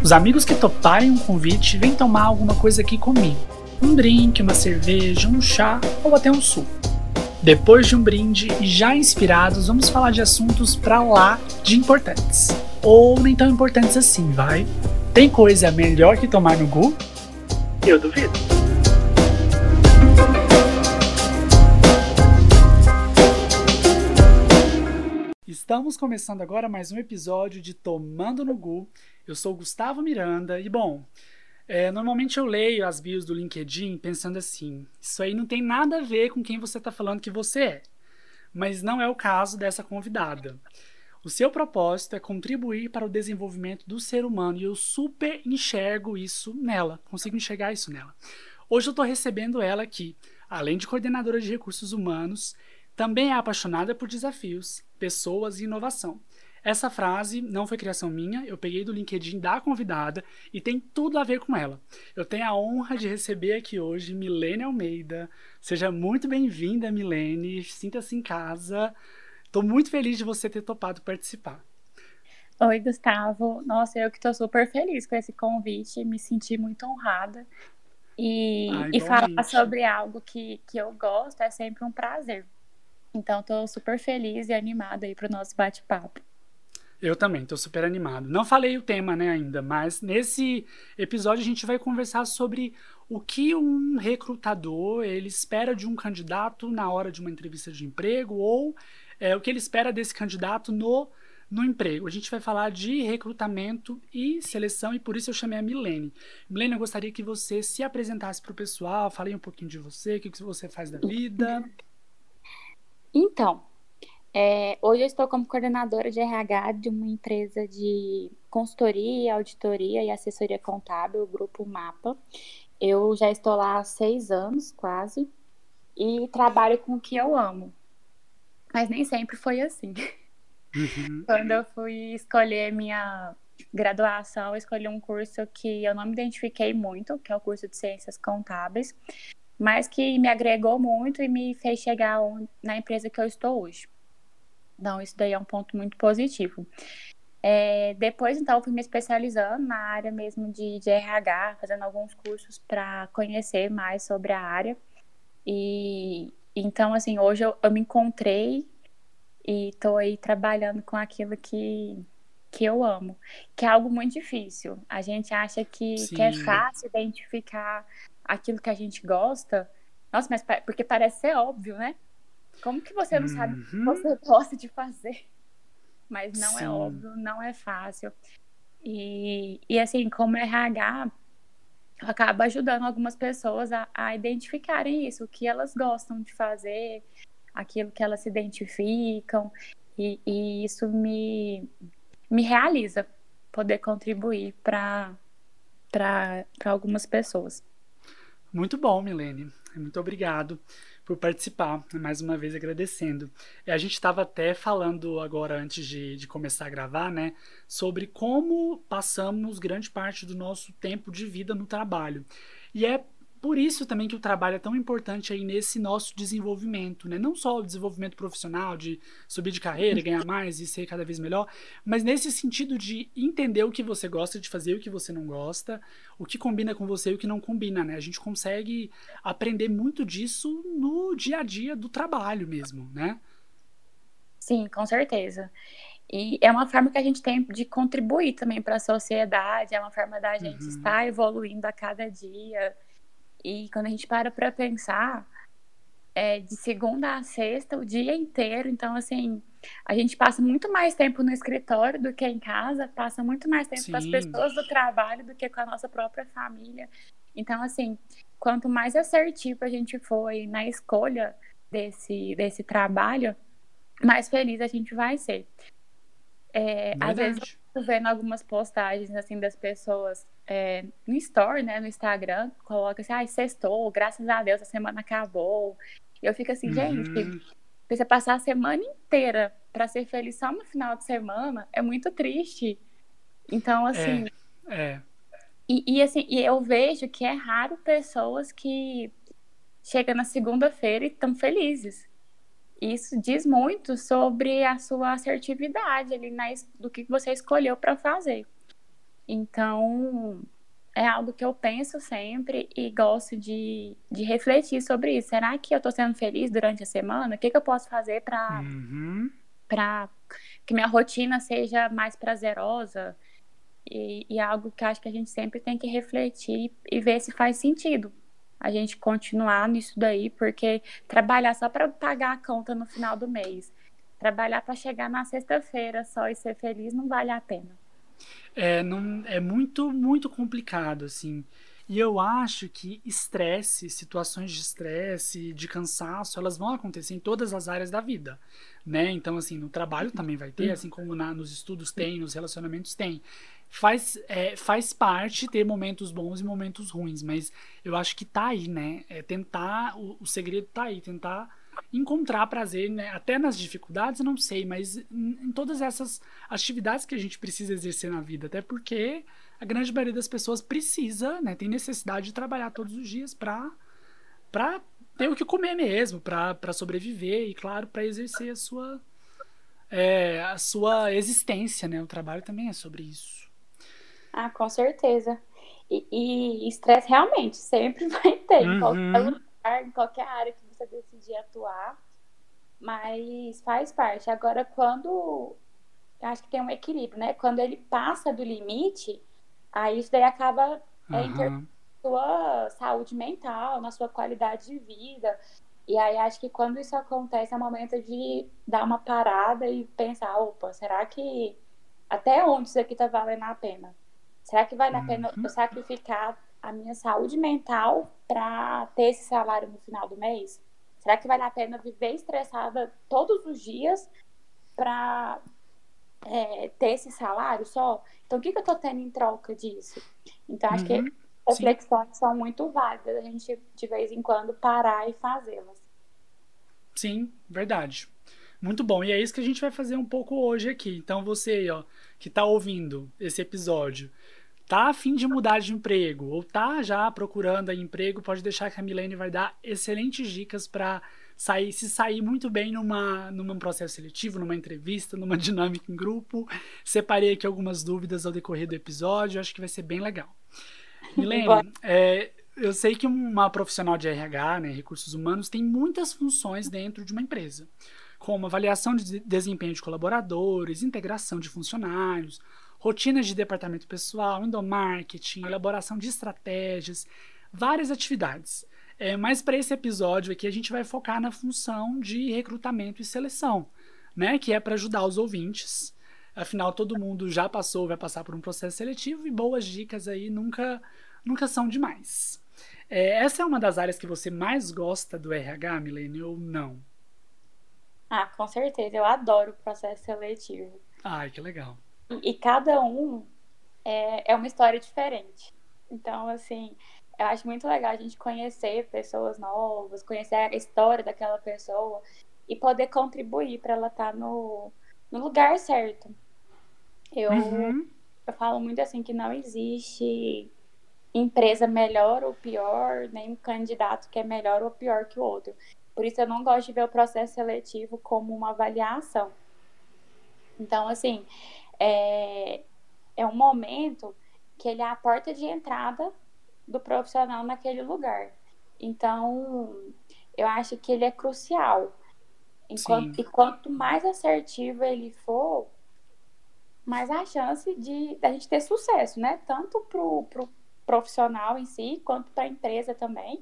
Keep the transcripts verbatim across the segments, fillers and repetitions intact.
Os amigos que toparem um convite vêm tomar alguma coisa aqui comigo. Um drink, uma cerveja, um chá ou até um suco. Depois de um brinde e já inspirados, vamos falar de assuntos pra lá de importantes. Ou nem tão importantes assim, vai? Tem coisa melhor que tomar no Gu? Eu duvido. Estamos começando agora mais um episódio de Tomando no Gu. Eu sou o Gustavo Miranda e, bom, é, normalmente eu leio as bios do LinkedIn pensando assim, isso aí não tem nada a ver com quem você está falando que você é. Mas não é o caso dessa convidada. O seu propósito é contribuir para o desenvolvimento do ser humano e eu super enxergo isso nela, consigo enxergar isso nela. Hoje eu estou recebendo ela aqui, além de coordenadora de recursos humanos, também é apaixonada por desafios, pessoas e inovação. Essa frase não foi criação minha, eu peguei do LinkedIn da convidada e tem tudo a ver com ela. Eu tenho a honra de receber aqui hoje Milene Almeida. Seja muito bem-vinda, Milene. Sinta-se em casa. Estou muito feliz de você ter topado participar. Oi, Gustavo. Nossa, eu que estou super feliz com esse convite, me senti muito honrada. E, Ah, e falar igualmente. sobre algo que, que eu gosto é sempre um prazer. Então, estou super feliz e animada aí para o nosso bate-papo. Eu também, estou super animado. Não falei o tema, né, ainda, mas nesse episódio a gente vai conversar sobre o que um recrutador ele espera de um candidato na hora de uma entrevista de emprego ou é, o que ele espera desse candidato no, no emprego. A gente vai falar de recrutamento e seleção e por isso eu chamei a Milene. Milene, eu gostaria que você se apresentasse para o pessoal, falei um pouquinho de você, o que você faz da vida. Então, É, hoje eu estou como coordenadora de R H de uma empresa de consultoria, auditoria e assessoria contábil, o Grupo Mapa. Eu já estou lá há seis anos, quase, e trabalho com o que eu amo. Mas nem sempre foi assim. Uhum. Quando eu fui escolher minha graduação, eu escolhi um curso que eu não me identifiquei muito, que é o curso de Ciências Contábeis, mas que me agregou muito e me fez chegar na empresa que eu estou hoje. Então, isso daí é um ponto muito positivo. É, depois, então, eu fui me especializando na área mesmo de, de R H, fazendo alguns cursos para conhecer mais sobre a área. E então, assim, hoje eu, eu me encontrei e estou aí trabalhando com aquilo que, que eu amo, que é algo muito difícil. A gente acha que, que é fácil identificar aquilo que a gente gosta. Nossa, mas porque parece ser óbvio, né? Como que você não sabe o que você gosta de fazer? Mas não Sim. é óbvio, não é fácil. E, e assim, como R H, acaba ajudando algumas pessoas a, a identificarem isso, o que elas gostam de fazer, aquilo que elas se identificam. E, e isso me, me realiza poder contribuir para algumas pessoas. Muito bom, Milene. Muito obrigado por participar, mais uma vez agradecendo. A gente estava até falando agora, antes de, de começar a gravar, né, sobre como passamos grande parte do nosso tempo de vida no trabalho. E é por isso também que o trabalho é tão importante aí nesse nosso desenvolvimento, né? Não só o desenvolvimento profissional, de subir de carreira, ganhar mais e ser cada vez melhor, mas nesse sentido de entender o que você gosta de fazer e o que você não gosta, o que combina com você e o que não combina, né? A gente consegue aprender muito disso no dia a dia do trabalho mesmo, né? Sim, com certeza. E é uma forma que a gente tem de contribuir também para a sociedade, é uma forma da gente uhum. estar evoluindo a cada dia. E quando a gente para para pensar, é de segunda a sexta, o dia inteiro, então, assim, a gente passa muito mais tempo no escritório do que em casa, passa muito mais tempo Sim. com as pessoas do trabalho do que com a nossa própria família. Então, assim, quanto mais assertivo a gente foi na escolha desse, desse trabalho, mais feliz a gente vai ser. É, às vezes eu tô vendo algumas postagens assim das pessoas é, no story, né, no Instagram, coloca assim, ai, sextou, graças a Deus a semana acabou. E eu fico assim, uhum. gente, você passar a semana inteira para ser feliz só no final de semana é muito triste. Então, assim, é, é. E, e assim, e eu vejo que é raro pessoas que chegam na segunda-feira e estão felizes. Isso diz muito sobre a sua assertividade ali na, do que você escolheu para fazer. Então, é algo que eu penso sempre e gosto de, de refletir sobre isso. Será que eu estou sendo feliz durante a semana? O que, que eu posso fazer para Uhum. para que minha rotina seja mais prazerosa? E, e é algo que eu acho que a gente sempre tem que refletir e ver se faz sentido a gente continuar nisso daí, porque trabalhar só para pagar a conta no final do mês, trabalhar para chegar na sexta-feira só e ser feliz não vale a pena. É, não, é muito, muito complicado, assim. E eu acho que estresse, situações de estresse, de cansaço, elas vão acontecer em todas as áreas da vida, né? Então, assim, no trabalho também vai ter, assim como na, nos estudos tem, nos relacionamentos tem. Faz, é, faz parte ter momentos bons e momentos ruins, mas eu acho que tá aí, né? É tentar, o, o segredo tá aí, tentar encontrar prazer, né? Até nas dificuldades, eu não sei, mas em, em todas essas atividades que a gente precisa exercer na vida, até porque a grande maioria das pessoas precisa, né, tem necessidade de trabalhar todos os dias para para ter o que comer mesmo, para sobreviver e, claro, para exercer a sua, é, a sua existência, né? O trabalho também é sobre isso. Ah, com certeza. E e estresse realmente sempre vai ter em qualquer Uhum, lugar, em qualquer área que você decidir atuar, mas faz parte. Agora, quando eu acho que tem um equilíbrio, né? Quando ele passa do limite, aí isso daí acaba é, interferindo uhum, na sua saúde mental, na sua qualidade de vida. E aí acho que quando isso acontece é o momento de dar uma parada e pensar, opa, será que até onde isso aqui tá valendo a pena? Será que vale a pena eu uhum. sacrificar a minha saúde mental para ter esse salário no final do mês? Será que vale a pena viver estressada todos os dias para é, ter esse salário só? Então, o que, que eu estou tendo em troca disso? Então, acho que Uhum, sim, reflexões são muito válidas, a gente, de vez em quando, parar e fazê-las. sim, verdade. Muito bom. E é isso que a gente vai fazer um pouco hoje aqui. Então você aí, ó, que tá ouvindo esse episódio, tá a fim de mudar de emprego ou tá já procurando aí emprego, pode deixar que a Milene vai dar excelentes dicas para sair, se sair muito bem numa, num processo seletivo, numa entrevista, numa dinâmica em grupo. Separei aqui algumas dúvidas ao decorrer do episódio, acho que vai ser bem legal. Milene, é, eu sei que uma profissional de R H, né, recursos humanos, tem muitas funções dentro de uma empresa, como avaliação de desempenho de colaboradores, integração de funcionários, rotinas de departamento pessoal, endomarketing, elaboração de estratégias, várias atividades. É, mas para esse episódio aqui a gente vai focar na função de recrutamento e seleção, né, que é para ajudar os ouvintes. Afinal, todo mundo já passou, vai passar por um processo seletivo e boas dicas aí nunca, nunca são demais. É, essa é uma das áreas que você mais gosta do R H, Milene, ou não? Ah, com certeza. Eu adoro o processo seletivo. Ai, que legal. E, e cada um é, é uma história diferente. Então, assim, eu acho muito legal a gente conhecer pessoas novas, conhecer a história daquela pessoa e poder contribuir para ela estar no, no lugar certo. Eu, Uhum, eu falo muito assim que não existe empresa melhor ou pior, nenhum candidato que é melhor ou pior que o outro. Por isso eu não gosto de ver o processo seletivo como uma avaliação. Então, assim, é, é um momento que ele é a porta de entrada do profissional naquele lugar. Então, eu acho que ele é crucial. Enquanto, sim, e quanto mais assertivo ele for, mais a chance de a gente ter sucesso, né? Tanto pro, pro profissional em si, quanto para a empresa também.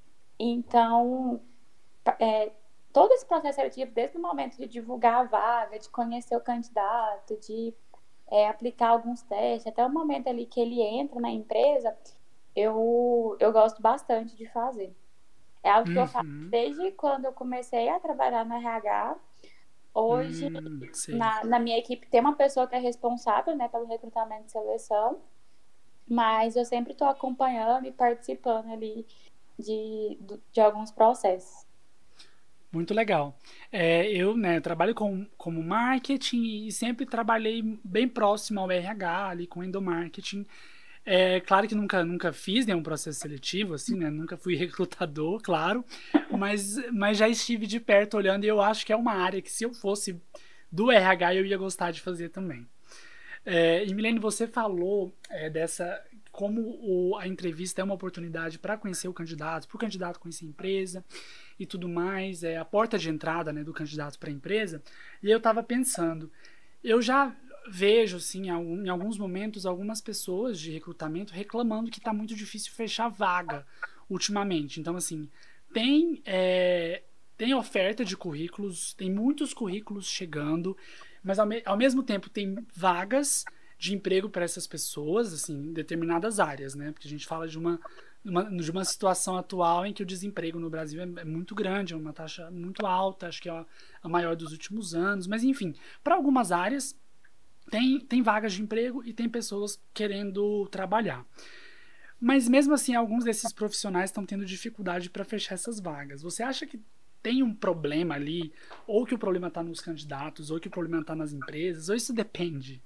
Então, é, todo esse processo seletivo, desde o momento de divulgar a vaga, de conhecer o candidato, de é, aplicar alguns testes, até o momento ali que ele entra na empresa, eu, eu gosto bastante de fazer. É algo que eu faço uhum, desde quando eu comecei a trabalhar no R H. Hoje, hum, sei. na, na minha equipe, tem uma pessoa que é responsável, né, pelo recrutamento e seleção, mas eu sempre estou acompanhando e participando ali de, de alguns processos. Muito legal. É, eu, né, trabalho com, como marketing e sempre trabalhei bem próximo ao R H, ali com endomarketing. É claro que nunca, nunca fiz nenhum processo seletivo, assim, né? Nunca fui recrutador, claro, mas, mas já estive de perto olhando e eu acho que é uma área que se eu fosse do R H eu ia gostar de fazer também. É, e Milene, você falou é, dessa como o, a entrevista é uma oportunidade para conhecer o candidato, para o candidato conhecer a empresa e tudo mais, é a porta de entrada, né, do candidato para a empresa. E eu estava pensando, eu já vejo assim, em alguns momentos algumas pessoas de recrutamento reclamando que está muito difícil fechar vaga ultimamente. Então, assim, tem é, tem oferta de currículos, tem muitos currículos chegando, mas ao, me ao mesmo tempo tem vagas de emprego para essas pessoas, assim, em determinadas áreas, né? Porque a gente fala de uma, uma, de uma situação atual em que o desemprego no Brasil é, é muito grande, é uma taxa muito alta, acho que é a, a maior dos últimos anos, mas enfim, para algumas áreas tem, tem vagas de emprego e tem pessoas querendo trabalhar. Mas mesmo assim, alguns desses profissionais estão tendo dificuldade para fechar essas vagas. Você acha que tem um problema ali, ou que o problema está nos candidatos, ou que o problema está nas empresas, ou isso depende?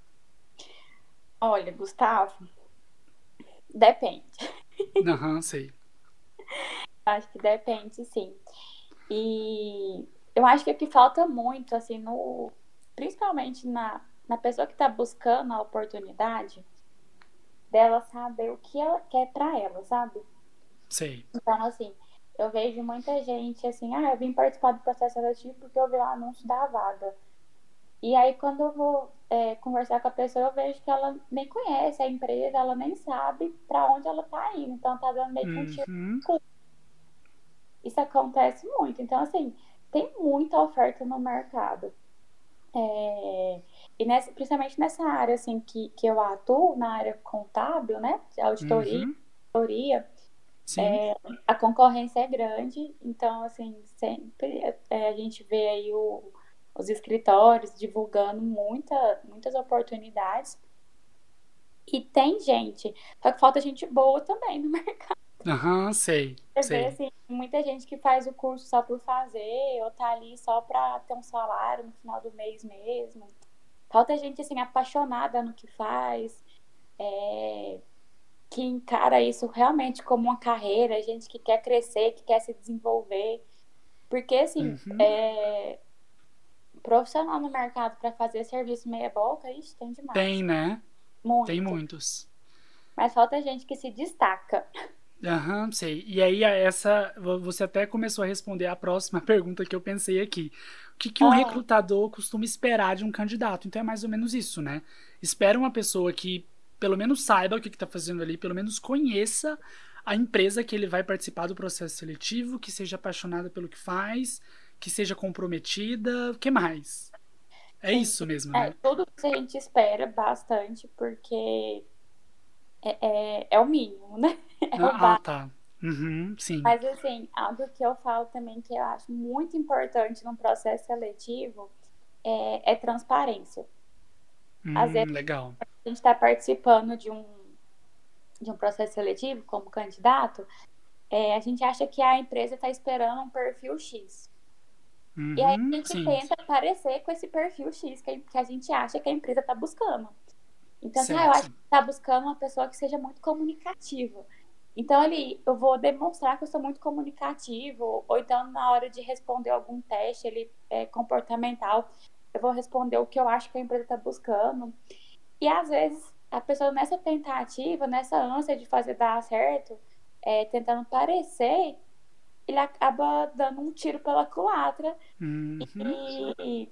Olha, Gustavo, depende. Aham, sei. Acho que depende, sim. E eu acho que o que falta muito, assim, no, principalmente na, na pessoa que está buscando a oportunidade, dela saber o que ela quer para ela, sabe? Sei. Então, assim, eu vejo muita gente assim, ah, eu vim participar do processo seletivo porque eu vi o anúncio da vaga. E aí, quando eu vou é, conversar com a pessoa, eu vejo que ela nem conhece a empresa, ela nem sabe para onde ela tá indo. Então, tá dando meio que um tiro. Uhum. Isso acontece muito. Então, assim, tem muita oferta no mercado. É... E nessa, principalmente nessa área assim, que, que eu atuo, na área contábil, né? De auditoria, Uhum. auditoria Sim. é, a concorrência é grande. Então, assim, sempre é, a gente vê aí o, os escritórios divulgando muita, muitas oportunidades. E tem gente, só que falta gente boa também no mercado. Aham, sei, Você vê, sei. assim, muita gente que faz o curso só por fazer, ou tá ali só pra ter um salário no final do mês mesmo. Falta gente, assim, apaixonada no que faz, é, que encara isso realmente como uma carreira, gente que quer crescer, que quer se desenvolver. Porque, assim, Uhum. é, profissional no mercado para fazer serviço meia-boca, isso tem demais. Tem, né? Tem Muito. muitos. Mas falta gente que se destaca. Aham, sei. E aí, essa. Você até começou a responder a próxima pergunta que eu pensei aqui. O que, que um Ah, recrutador costuma esperar de um candidato? Então é mais ou menos isso, né? Espera uma pessoa que pelo menos saiba o que está fazendo ali, pelo menos conheça a empresa que ele vai participar do processo seletivo, que seja apaixonada pelo que faz, que seja comprometida. O que mais? É sim. isso mesmo, É, né? tudo que a gente espera bastante, porque é, é, é o mínimo, né? É o Ah, ah, básico. tá. Uhum, sim. Mas, assim, algo que eu falo também que eu acho muito importante num processo seletivo é, é transparência. Às vezes Hum, legal. a gente está participando de um, de um processo seletivo como candidato, é, a gente acha que a empresa está esperando um perfil X. E aí a Uhum, gente sim. tenta aparecer com esse perfil X que a, que a gente acha que a empresa está buscando. Então, assim, ah, eu acho Certo. que está buscando uma pessoa que seja muito comunicativa. Então, ali, eu vou demonstrar que eu sou muito comunicativo, ou então, na hora de responder algum teste ele, é, comportamental, eu vou responder o que eu acho que a empresa está buscando. E, às vezes, a pessoa, nessa tentativa, nessa ânsia de fazer dar certo, é, tentando parecer, ele acaba dando um tiro pela culatra Uhum. e,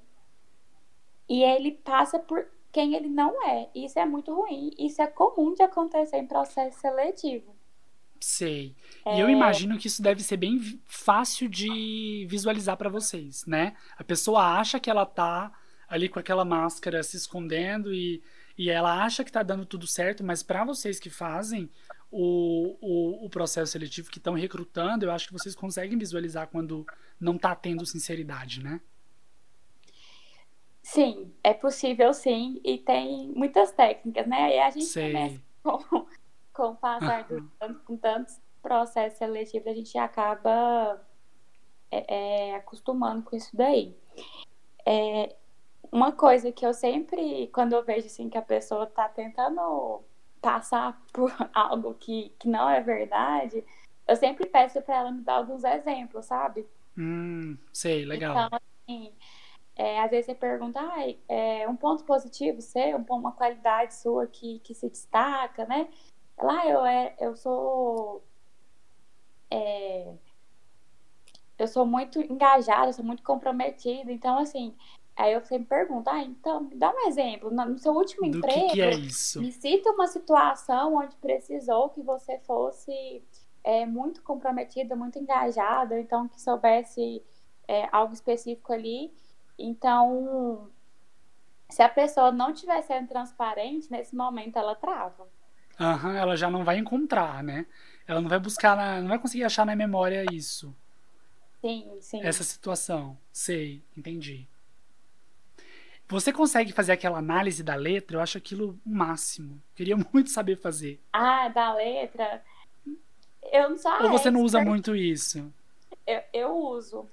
e ele passa por quem ele não é. Isso é muito ruim. Isso é comum de acontecer em processo seletivo. Sei. E eu É, imagino que isso deve ser bem vi- fácil de visualizar para vocês, né? A pessoa acha que ela tá ali com aquela máscara se escondendo e, e ela acha que tá dando tudo certo, mas para vocês que fazem o, o, o processo seletivo, que estão recrutando, eu acho que vocês conseguem visualizar quando não tá tendo sinceridade, né? sim, é possível sim, e tem muitas técnicas, né? E a gente começa Sei. com, com o passar do Aham. tempo, com tantos processos seletivos, a gente acaba é, é, acostumando com isso daí. É, uma coisa que eu sempre, quando eu vejo assim que a pessoa tá tentando passar por algo que, que não é verdade, eu sempre peço para ela me dar alguns exemplos, sabe? Hum, sei, Então, legal. assim, É, às vezes você pergunta, ah, é um ponto positivo seu, uma qualidade sua que, que se destaca, né? Lá eu, é, eu sou é, eu sou muito engajada, eu sou muito comprometida, então assim, aí eu sempre pergunto, ah, então me dá um exemplo, no no seu último Do que que emprego, é isso? me cita uma situação onde precisou que você fosse é, muito comprometida, muito engajada, ou então que soubesse é, algo específico ali. Então, se a pessoa não estiver sendo transparente, nesse momento ela trava. Aham, ela já não vai encontrar, né? Ela não vai buscar, na, não vai conseguir achar na memória isso, Sim, sim. essa situação. Sei, entendi. Você consegue fazer aquela análise da letra? Eu acho aquilo o máximo. Queria muito saber fazer. Ah, da letra, eu não sou Ou a você não usa expert, muito isso? eu, eu uso.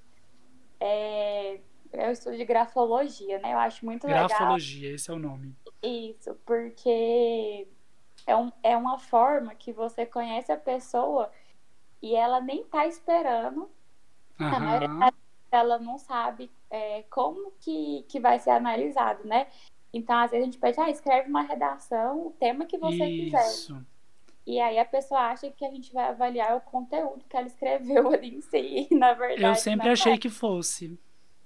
É, eu estudo de grafologia, né? Eu acho muito legal Grafologia, esse é o nome. isso, porque é, um, é uma forma que você conhece a pessoa e ela nem tá esperando. A maioria das Aham. vezes ela não sabe é, como que, que vai ser analisado, né? Então, às vezes a gente pede, ah, escreve uma redação, o tema que você quiser. Isso. E aí a pessoa acha que a gente vai avaliar o conteúdo que ela escreveu ali em si. E, na Eu verdade, não sempre é. achei que fosse.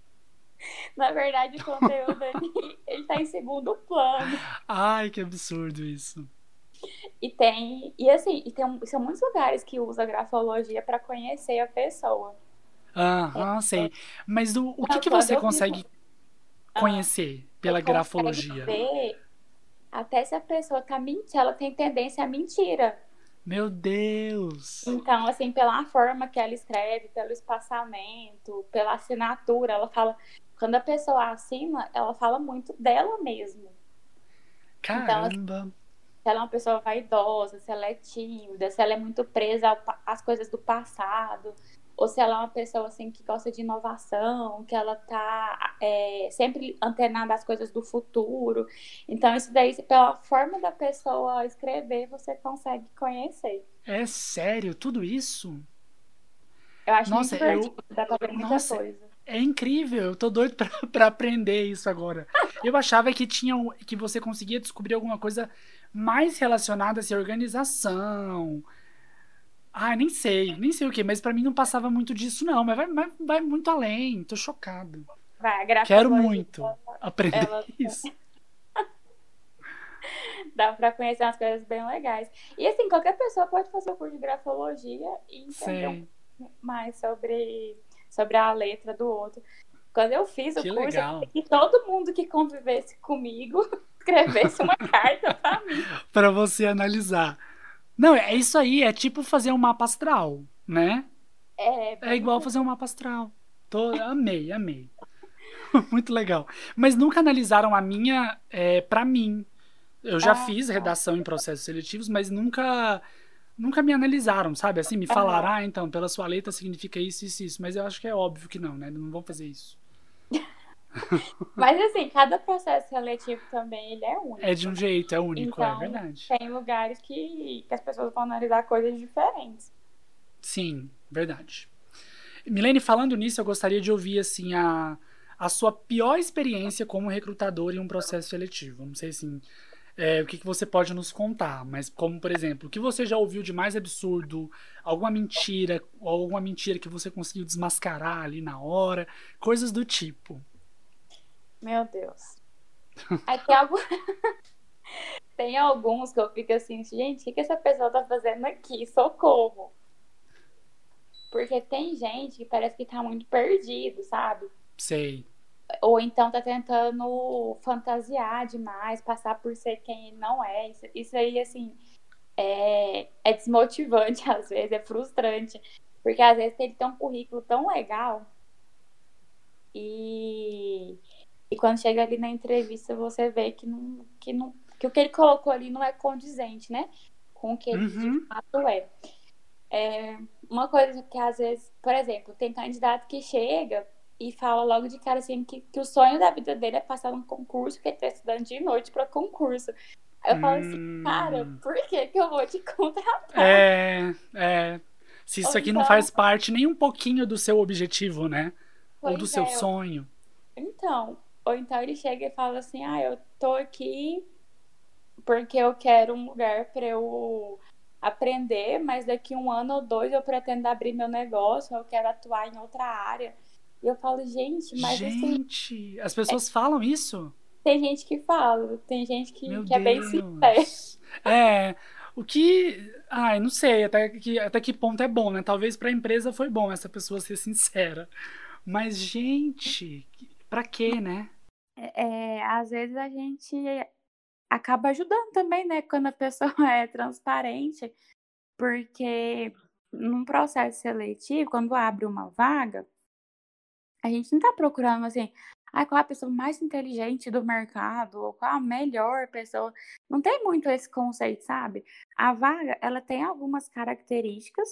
Na verdade, o conteúdo ali, ele tá em segundo plano. Ai, que absurdo isso. E tem, e assim, e tem, um- são muitos lugares que usa grafologia para conhecer a pessoa. Aham, sei. Mas o, o que Então, que quando você eu fiz, consegue ah, conhecer você pela consegue grafologia? ver até se a pessoa tá mentindo, ela tem tendência à mentira. Meu Deus! Então, assim, pela forma que ela escreve, pelo espaçamento, pela assinatura, ela fala. Quando a pessoa assina, ela fala muito dela mesma. Então, assim, Caramba! se ela é uma pessoa vaidosa, se ela é tímida, se ela é muito presa ao pa- às coisas do passado, ou se ela é uma pessoa assim que gosta de inovação, que ela tá é, sempre antenada às coisas do futuro. Então, isso daí, pela forma da pessoa escrever, você consegue conhecer. É sério, tudo isso? Eu acho muito Nossa, divertido, eu. dá pra ver muita Nossa, coisa. é incrível. Eu tô doido pra, pra aprender isso agora. Eu achava que tinha um- que você conseguia descobrir alguma coisa mais relacionada assim, à organização. Ah, nem sei, nem sei o que, mas pra mim não passava muito disso, não. Mas vai, vai, vai muito além. Tô chocado. Vai, a Quero grafologia, muito aprender ela isso. dá pra conhecer umas coisas bem legais. E assim, qualquer pessoa pode fazer o curso de grafologia e entender um Sei. pouco mais sobre, sobre a letra do outro. Quando eu fiz o Que curso, eu legal. queria que todo mundo que convivesse comigo escrevesse uma carta pra mim. Pra você analisar. Não, é isso aí. É tipo fazer um mapa astral, né? É É bem igual isso. fazer um mapa astral. Tô, amei, amei. Muito legal. Mas nunca analisaram a minha é, para mim. Eu já Ah, fiz redação em processos seletivos, mas nunca nunca me analisaram, sabe? Assim, me falaram, aham. ah, então, pela sua letra significa isso, isso, isso. Mas eu acho que é óbvio que não, né? Não vão fazer isso. Mas assim, cada processo seletivo também ele é É de único, um né? jeito, é único, é Então, verdade. tem lugares que, que as pessoas vão analisar coisas diferentes. Sim, verdade. Milene, falando nisso, eu gostaria de ouvir, assim, a, a sua pior experiência como recrutador em um processo seletivo. Não sei, assim, é, o que, que você pode nos contar, mas como, por exemplo, o que você já ouviu de mais absurdo, alguma mentira, ou alguma mentira que você conseguiu desmascarar ali na hora, coisas do tipo. Meu Deus. Aí tem, algum... tem alguns que eu fico assim, gente, o que, que essa pessoa tá fazendo aqui? Socorro. Porque tem gente que parece que tá muito perdido, sabe? Sei. Ou então tá tentando fantasiar demais, passar por ser quem ele não é. Isso, isso aí, assim, é, é desmotivante às vezes, é frustrante. Porque às vezes ele tem um currículo tão legal e, e quando chega ali na entrevista você vê que, não, que, não, que o que ele colocou ali não é condizente, né? Com o que ele de Uhum. fato é. É, uma coisa que às vezes, por exemplo, tem candidato que chega e fala logo de cara assim que, que o sonho da vida dele é passar num concurso, que ele tá estudando de noite para concurso. Aí eu falo assim, cara, Hum, por que que eu vou te contratar? é, é. Se Ou isso aqui não então, faz parte nem um pouquinho do seu objetivo, né? Ou do pois seu é, sonho. Então, ou então ele chega e fala assim, ah, eu tô aqui porque eu quero um lugar para eu aprender, mas daqui um ano ou dois eu pretendo abrir meu negócio, eu quero atuar em outra área. E eu falo, gente, mas assim, Gente, as pessoas falam isso? tem gente que fala, tem gente que, Meu que é bem sincera. Deus. É, o que... Ai, não sei até que, até que ponto é bom, né? Talvez pra empresa foi bom essa pessoa ser sincera. Mas, gente, pra quê, né? É, é, às vezes a gente acaba ajudando também, né? Quando a pessoa é transparente, porque num processo seletivo, quando abre uma vaga, a gente não tá procurando assim, ah, qual é a pessoa mais inteligente do mercado, ou qual a melhor pessoa. Não tem muito esse conceito, sabe? A vaga, ela tem algumas características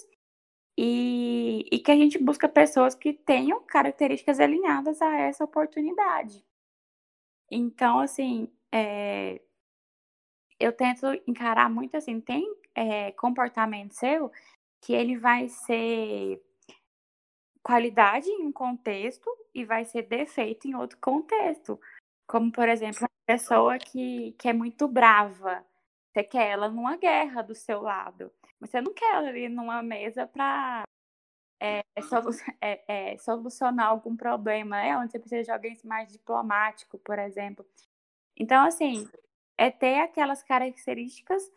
e, e que a gente busca pessoas que tenham características alinhadas a essa oportunidade. Então, assim, é, eu tento encarar muito assim, tem é, comportamento seu que ele vai ser qualidade em um contexto e vai ser defeito em outro contexto. Como, por exemplo, uma pessoa que, que é muito brava. Você quer ela numa guerra do seu lado. Você não quer ela ali numa mesa para é, solu é, é, solucionar algum problema, né? Onde você precisa de alguém mais diplomático, por exemplo. Então, assim, é ter aquelas características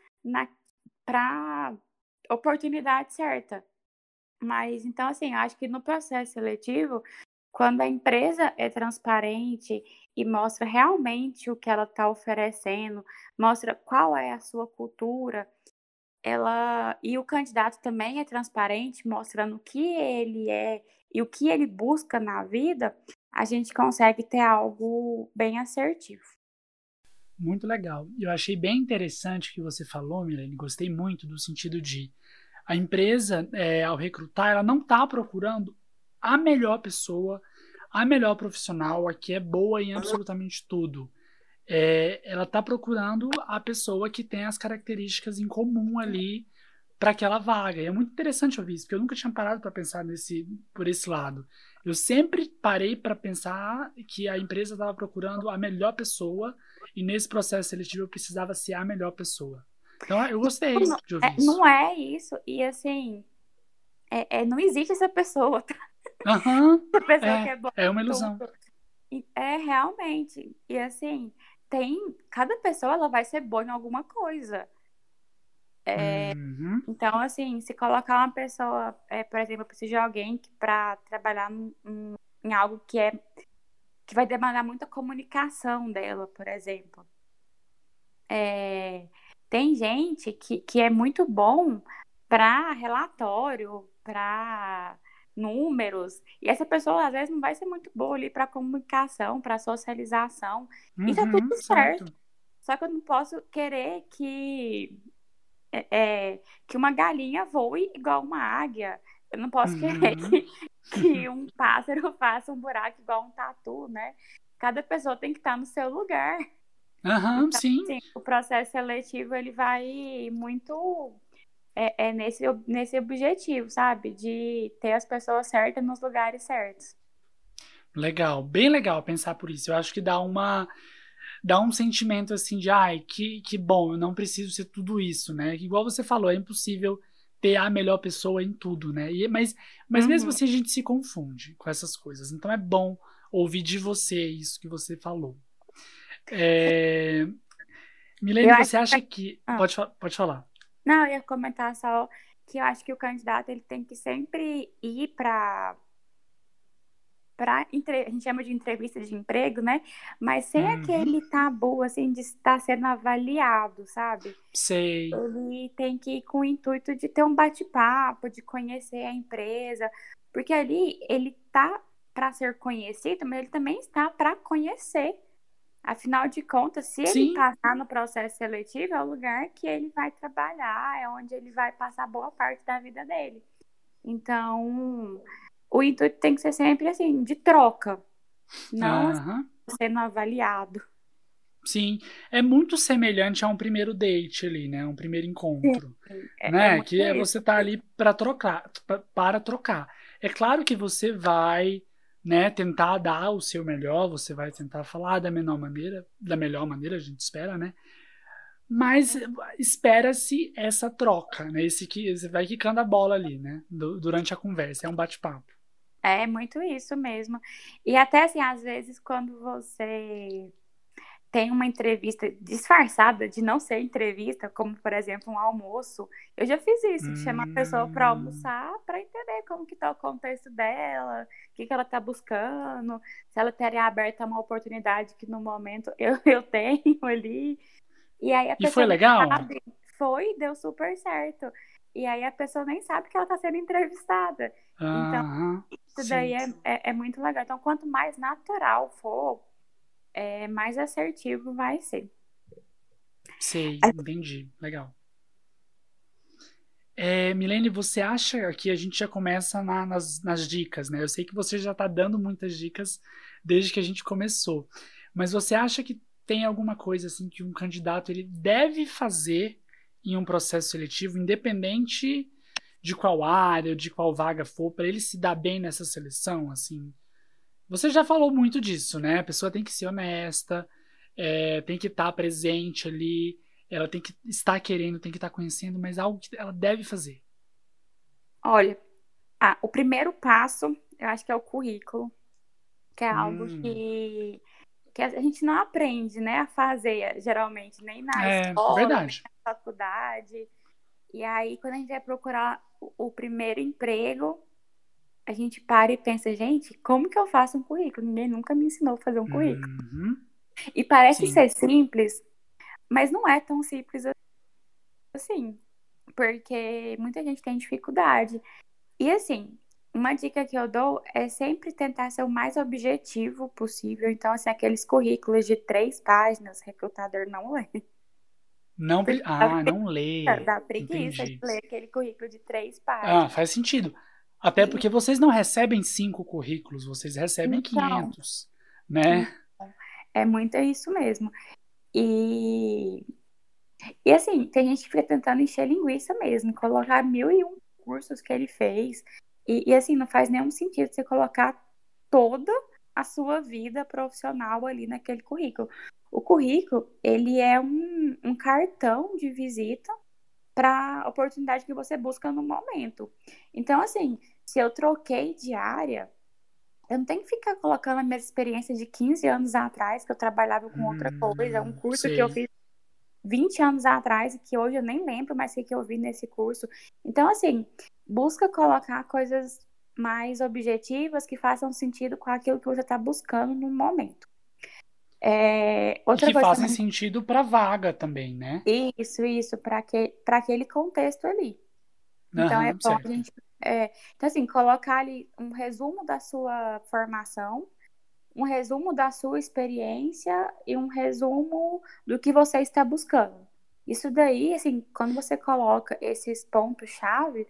para oportunidade certa. Mas, então, assim, eu acho que no processo seletivo, quando a empresa é transparente e mostra realmente o que ela está oferecendo, mostra qual é a sua cultura, ela e o candidato também é transparente, mostrando o que ele é e o que ele busca na vida, a gente consegue ter algo bem assertivo. Muito legal. Eu achei bem interessante o que você falou, Milene. Gostei muito do sentido de a empresa, é, ao recrutar, ela não está procurando a melhor pessoa, a melhor profissional, a que é boa em absolutamente tudo. É, ela está procurando a pessoa que tem as características em comum ali para aquela vaga. E é muito interessante ouvir isso, porque eu nunca tinha parado para pensar nesse, por esse lado. Eu sempre parei para pensar que a empresa estava procurando a melhor pessoa e nesse processo seletivo eu precisava ser a melhor pessoa. Então eu gostei Não de ouvir é, isso. não é isso, e assim, é, é, não existe essa pessoa, tá? Aham, Essa pessoa que é, é boa é uma em tudo. ilusão. E é realmente. E assim, tem. Cada pessoa ela vai ser boa em alguma coisa. Uhum, Então, assim, se colocar uma pessoa, é, por exemplo, eu preciso de alguém para trabalhar num- num- em algo que é que vai demandar muita comunicação dela, por exemplo. É, tem gente que, que é muito bom para relatório, para números, e essa pessoa às vezes não vai ser muito boa ali para comunicação, para socialização, e tá tudo uhum, certo. certo. Só que eu não posso querer que, é, é, que uma galinha voe igual uma águia. Eu não posso querer Uhum, que, que um pássaro faça um buraco igual um tatu, né? Cada pessoa tem que estar no seu lugar. aham, Então, sim. assim, o processo seletivo ele vai muito é, é nesse, nesse objetivo, sabe? De ter as pessoas certas nos lugares certos. Legal, bem legal pensar por isso. Eu acho que dá uma dá um sentimento assim de ai, que, que bom, eu não preciso ser tudo isso, né? Igual você falou, é impossível ter a melhor pessoa em tudo, né? E, mas, mas mesmo Uhum. assim a gente se confunde com essas coisas. Então é bom ouvir de você isso que você falou. É... Milene, Eu acho você que... acha que. ah, Pode, fa- pode falar. não, eu ia comentar só que eu acho que o candidato ele tem que sempre ir para para a gente chama de entrevista de emprego, né? Mas sem Uhum, aquele tabu assim de estar sendo avaliado, sabe? sei. Ele tem que ir com o intuito de ter um bate-papo, de conhecer a empresa, porque ali ele tá para ser conhecido, mas ele também está para conhecer. Afinal de contas, se ele Sim. passar no processo seletivo, é o lugar que ele vai trabalhar, é onde ele vai passar boa parte da vida dele. Então, o intuito tem que ser sempre assim, de troca, não assim, Aham. sendo avaliado. Sim, é muito semelhante a um primeiro date ali, né? Um primeiro Sim, encontro, é, é né? muito Que é isso. você tá ali para trocar, pra- para trocar. É claro que você vai né, tentar dar o seu melhor, você vai tentar falar da menor maneira, da melhor maneira, a gente espera, né? Mas espera-se essa troca, né? Esse que você vai quicando a bola ali, né? Du- durante a conversa, é um bate-papo. É muito isso mesmo. E até assim, às vezes, quando você tem uma entrevista disfarçada de não ser entrevista, como por exemplo um almoço, eu já fiz isso, de chamar a pessoa para Hum, almoçar para entender como que tá o contexto dela, o que que ela tá buscando, se ela teria aberta uma oportunidade que no momento eu, eu tenho ali. E aí a e foi pessoa nem legal? sabe, foi, deu super certo. E aí a pessoa nem sabe que ela está sendo entrevistada. Então, Aham, isso daí sim, é, é, é muito legal. Então, quanto mais natural for, é, mais assertivo vai ser. sei, entendi, legal. É, Milene, você acha que a gente já começa na- nas, nas dicas, né? Eu sei que você já está dando muitas dicas desde que a gente começou, mas você acha que tem alguma coisa assim que um candidato ele deve fazer em um processo seletivo, independente de qual área, de qual vaga for, para ele se dar bem nessa seleção, assim? Você já falou muito disso, né? A pessoa tem que ser honesta, é, tem que estar presente ali, ela tem que estar querendo, tem que estar conhecendo, mas algo que ela deve fazer. Olha, ah, o primeiro passo, eu acho que é o currículo, que é algo Hum, que, que a gente não aprende, né, a fazer, geralmente, nem na é escola, nem verdade. na faculdade. E aí, quando a gente vai procurar o, o primeiro emprego, a gente para e pensa, gente, como que eu faço um currículo? Ninguém nunca me ensinou a fazer um currículo. Uhum, E parece sim. ser simples, mas não é tão simples assim, porque muita gente tem dificuldade. E assim, uma dica que eu dou é sempre tentar ser o mais objetivo possível. Então, assim, aqueles currículos de três páginas, recrutador não lê. Não, pre- Porque ah, não lê. dá preguiça de Entendi. ler aquele currículo de três Ah, páginas. faz sentido. Até E, porque vocês não recebem cinco currículos, vocês recebem então, quinhentos, né? então, é muito isso mesmo. E E assim, tem gente que fica tentando encher linguiça mesmo, colocar mil e um cursos que ele fez. E, e, assim, não faz nenhum sentido você colocar toda a sua vida profissional ali naquele currículo. O currículo, ele é um, um cartão de visita para a oportunidade que você busca no momento. Então, assim, se eu troquei de área, eu não tenho que ficar colocando a minha experiência de quinze anos atrás, que eu trabalhava com outra coisa, um Hum, curso que eu sei. fiz vinte anos atrás e que hoje eu nem lembro mais o que que eu vi nesse curso. Então, assim, busca colocar coisas mais objetivas que façam sentido com aquilo que você está buscando no momento. É, E outra que coisa fazem também, sentido para vaga também, né? isso, isso, para que, para aquele contexto ali. Então, é Aham, bom a certo. gente, é, então, assim, colocar ali um resumo da sua formação, um resumo da sua experiência e um resumo do que você está buscando. Isso daí, assim, quando você coloca esses pontos-chave,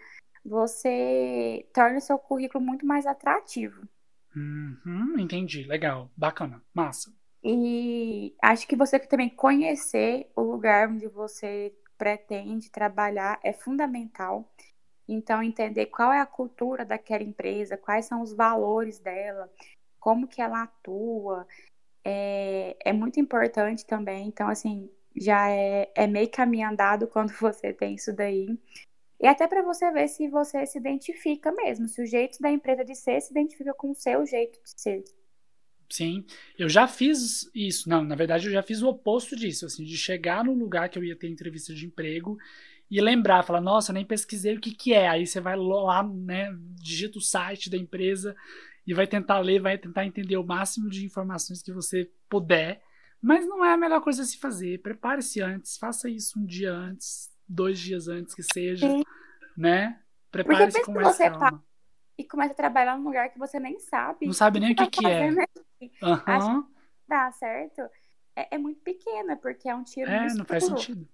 você torna o seu currículo muito mais atrativo. Uhum, entendi. Legal. Bacana. Massa. E acho que você também conhecer o lugar onde você pretende trabalhar é fundamental. Então, entender qual é a cultura daquela empresa, quais são os valores dela, como que ela atua, é, é muito importante também. Então, assim, já é, é meio caminho andado quando você tem isso daí. E até para você ver se você se identifica mesmo, se o jeito da empresa de ser se identifica com o seu jeito de ser. Sim, eu já fiz isso. Não, na verdade, eu já fiz o oposto disso, assim, de chegar no lugar que eu ia ter entrevista de emprego e lembrar, falar, nossa, nem pesquisei o que que é. Aí você vai lá, né, digita o site da empresa e vai tentar ler, vai tentar entender o máximo de informações que você puder. Mas não é a melhor coisa a se fazer. Prepare-se antes, faça isso um dia antes, dois dias antes que seja, Sim, né? porque Prepare-se pensa com que mais você para calma. e começa a trabalhar num lugar que você nem Não sabe o sabe que nem você o que está que é. fazendo aqui. Acha que Aham, dá certo? É, é muito pequena, porque é um tiro no é, não faz escuro. sentido.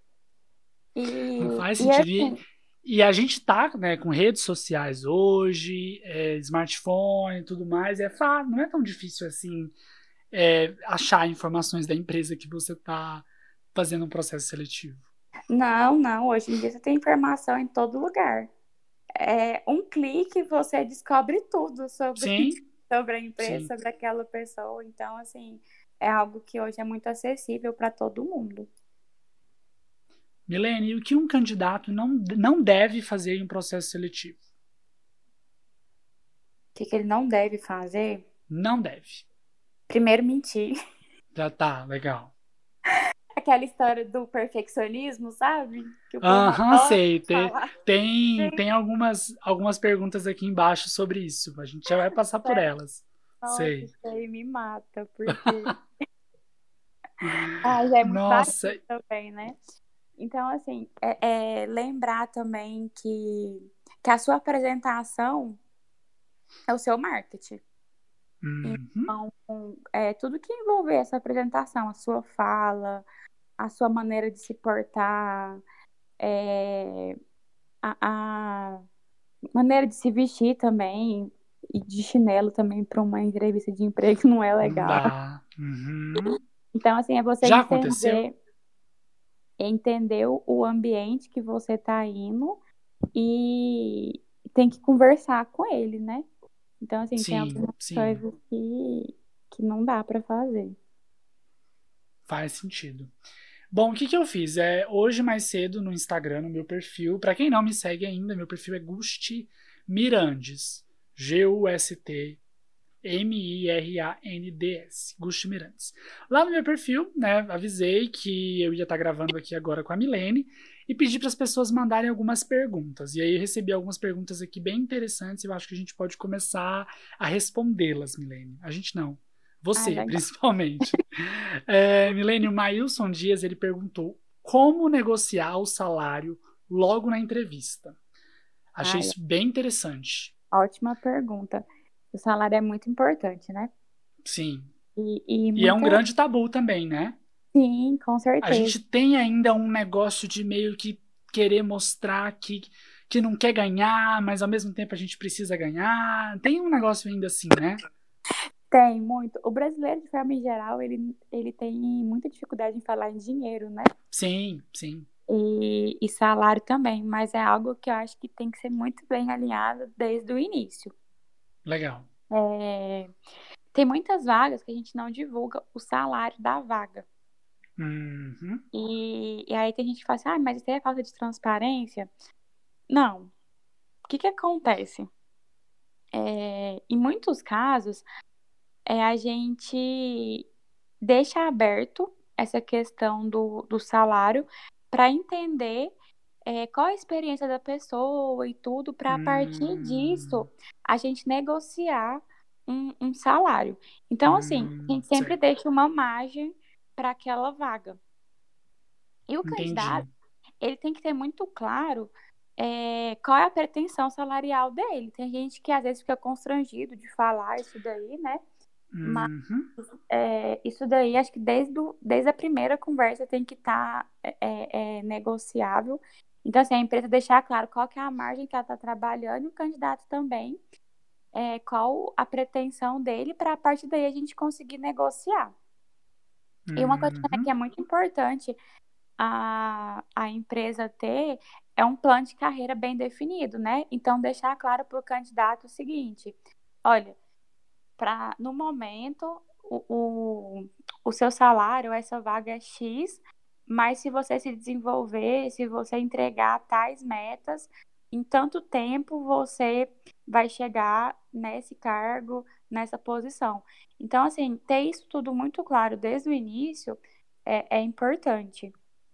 Não E, faz e sentido. E, assim, e a gente tá, né, com redes sociais hoje, é, smartphone e tudo mais, é fácil, não é tão difícil assim é, achar informações da empresa que você tá fazendo um processo seletivo. não, não, hoje em dia você tem informação em todo lugar. É um clique você descobre tudo sobre Sim, sobre a empresa, sim. sobre aquela pessoa. Então, assim, é algo que hoje é muito acessível para todo mundo. O Milene, e o que um candidato não, não deve fazer em um processo seletivo? que, que ele não deve fazer? Não deve. Primeiro, mentir. Já tá, legal. Aquela história do perfeccionismo, sabe? Que o povo Aham, adora sei. Tem, falar. tem, Gente, tem algumas, algumas perguntas aqui embaixo sobre isso. A gente já vai passar por sério. elas. Nossa, Sei. isso aí me mata, porque ah, já é muito Nossa. batido também, né? Então, assim, é, é lembrar também que, que a sua apresentação é o seu marketing. Uhum. Então, é, tudo que envolver essa apresentação, a sua fala, a sua maneira de se portar, é, a, a maneira de se vestir também, e de chinelo também para uma entrevista de emprego não é Não legal. dá. Uhum. Então, assim, é você Já aconteceu? entender, entender o o ambiente que você está indo e tem que conversar com ele, né? Então, assim, tem Sim, algumas sim. coisas que, que não dá para fazer. Faz sentido. Bom, o que, que eu fiz? É, hoje mais cedo no Instagram, no meu perfil, para quem não me segue ainda, meu perfil é Gusti Mirandes. G U S T M I R A N D S. Gusti Mirandes. Lá no meu perfil, né, avisei que eu ia estar gravando aqui agora com a Milene e pedi para as pessoas mandarem algumas perguntas. E aí eu recebi algumas perguntas aqui bem interessantes e eu acho que a gente pode começar a respondê-las, Milene. A gente não. Ah, Você, legal. principalmente. É, Milene, o Maílson Dias, ele perguntou como negociar o salário logo na entrevista. Achei Ai, isso bem interessante. ótima pergunta. O salário é muito importante, né? Sim. E, e E é um muita. grande tabu também, né? Sim, com A certeza. gente tem ainda um negócio de meio que querer mostrar que, que não quer ganhar, mas ao mesmo tempo a gente precisa ganhar. Tem um negócio ainda assim, né? Tem muito. O brasileiro, de forma em geral, ele, ele tem muita dificuldade em falar em dinheiro, né? Sim, sim. E, e salário também, mas é algo que eu acho que tem que ser muito bem alinhado desde o início. Legal. É, tem muitas vagas que a gente não divulga o salário da vaga. Uhum. E, e aí tem gente que fala assim, ah, mas isso aí é falta de transparência? Não. O que que acontece? É, em muitos casos, é, a gente deixa aberto essa questão do, do salário para entender é, qual a experiência da pessoa e tudo, para a partir Hum, disso a gente negociar um, um salário. Então, assim, a hum, gente sempre certo. deixa uma margem para aquela vaga. E o candidato, Entendi. ele tem que ter muito claro é, qual é a pretensão salarial dele. Tem gente que às vezes fica constrangido de falar isso daí, né? Mas Uhum. é, isso daí, acho que desde, o, desde a primeira conversa tem que estar tá, é, é, negociável. Então, assim, a empresa deixar claro qual que é a margem que ela está trabalhando e o candidato também, é, qual a pretensão dele para a partir daí a gente conseguir negociar. E uma coisa também que é Uhum. muito importante a, a empresa ter é um plano de carreira bem definido, né? Então, deixar claro para o candidato o seguinte: olha, pra, no momento, o, o, o seu salário, essa vaga é X, mas se você se desenvolver, se você entregar tais metas, em tanto tempo você vai chegar nesse cargo, nessa posição. Então, assim, ter isso tudo muito claro desde o início é, é importante.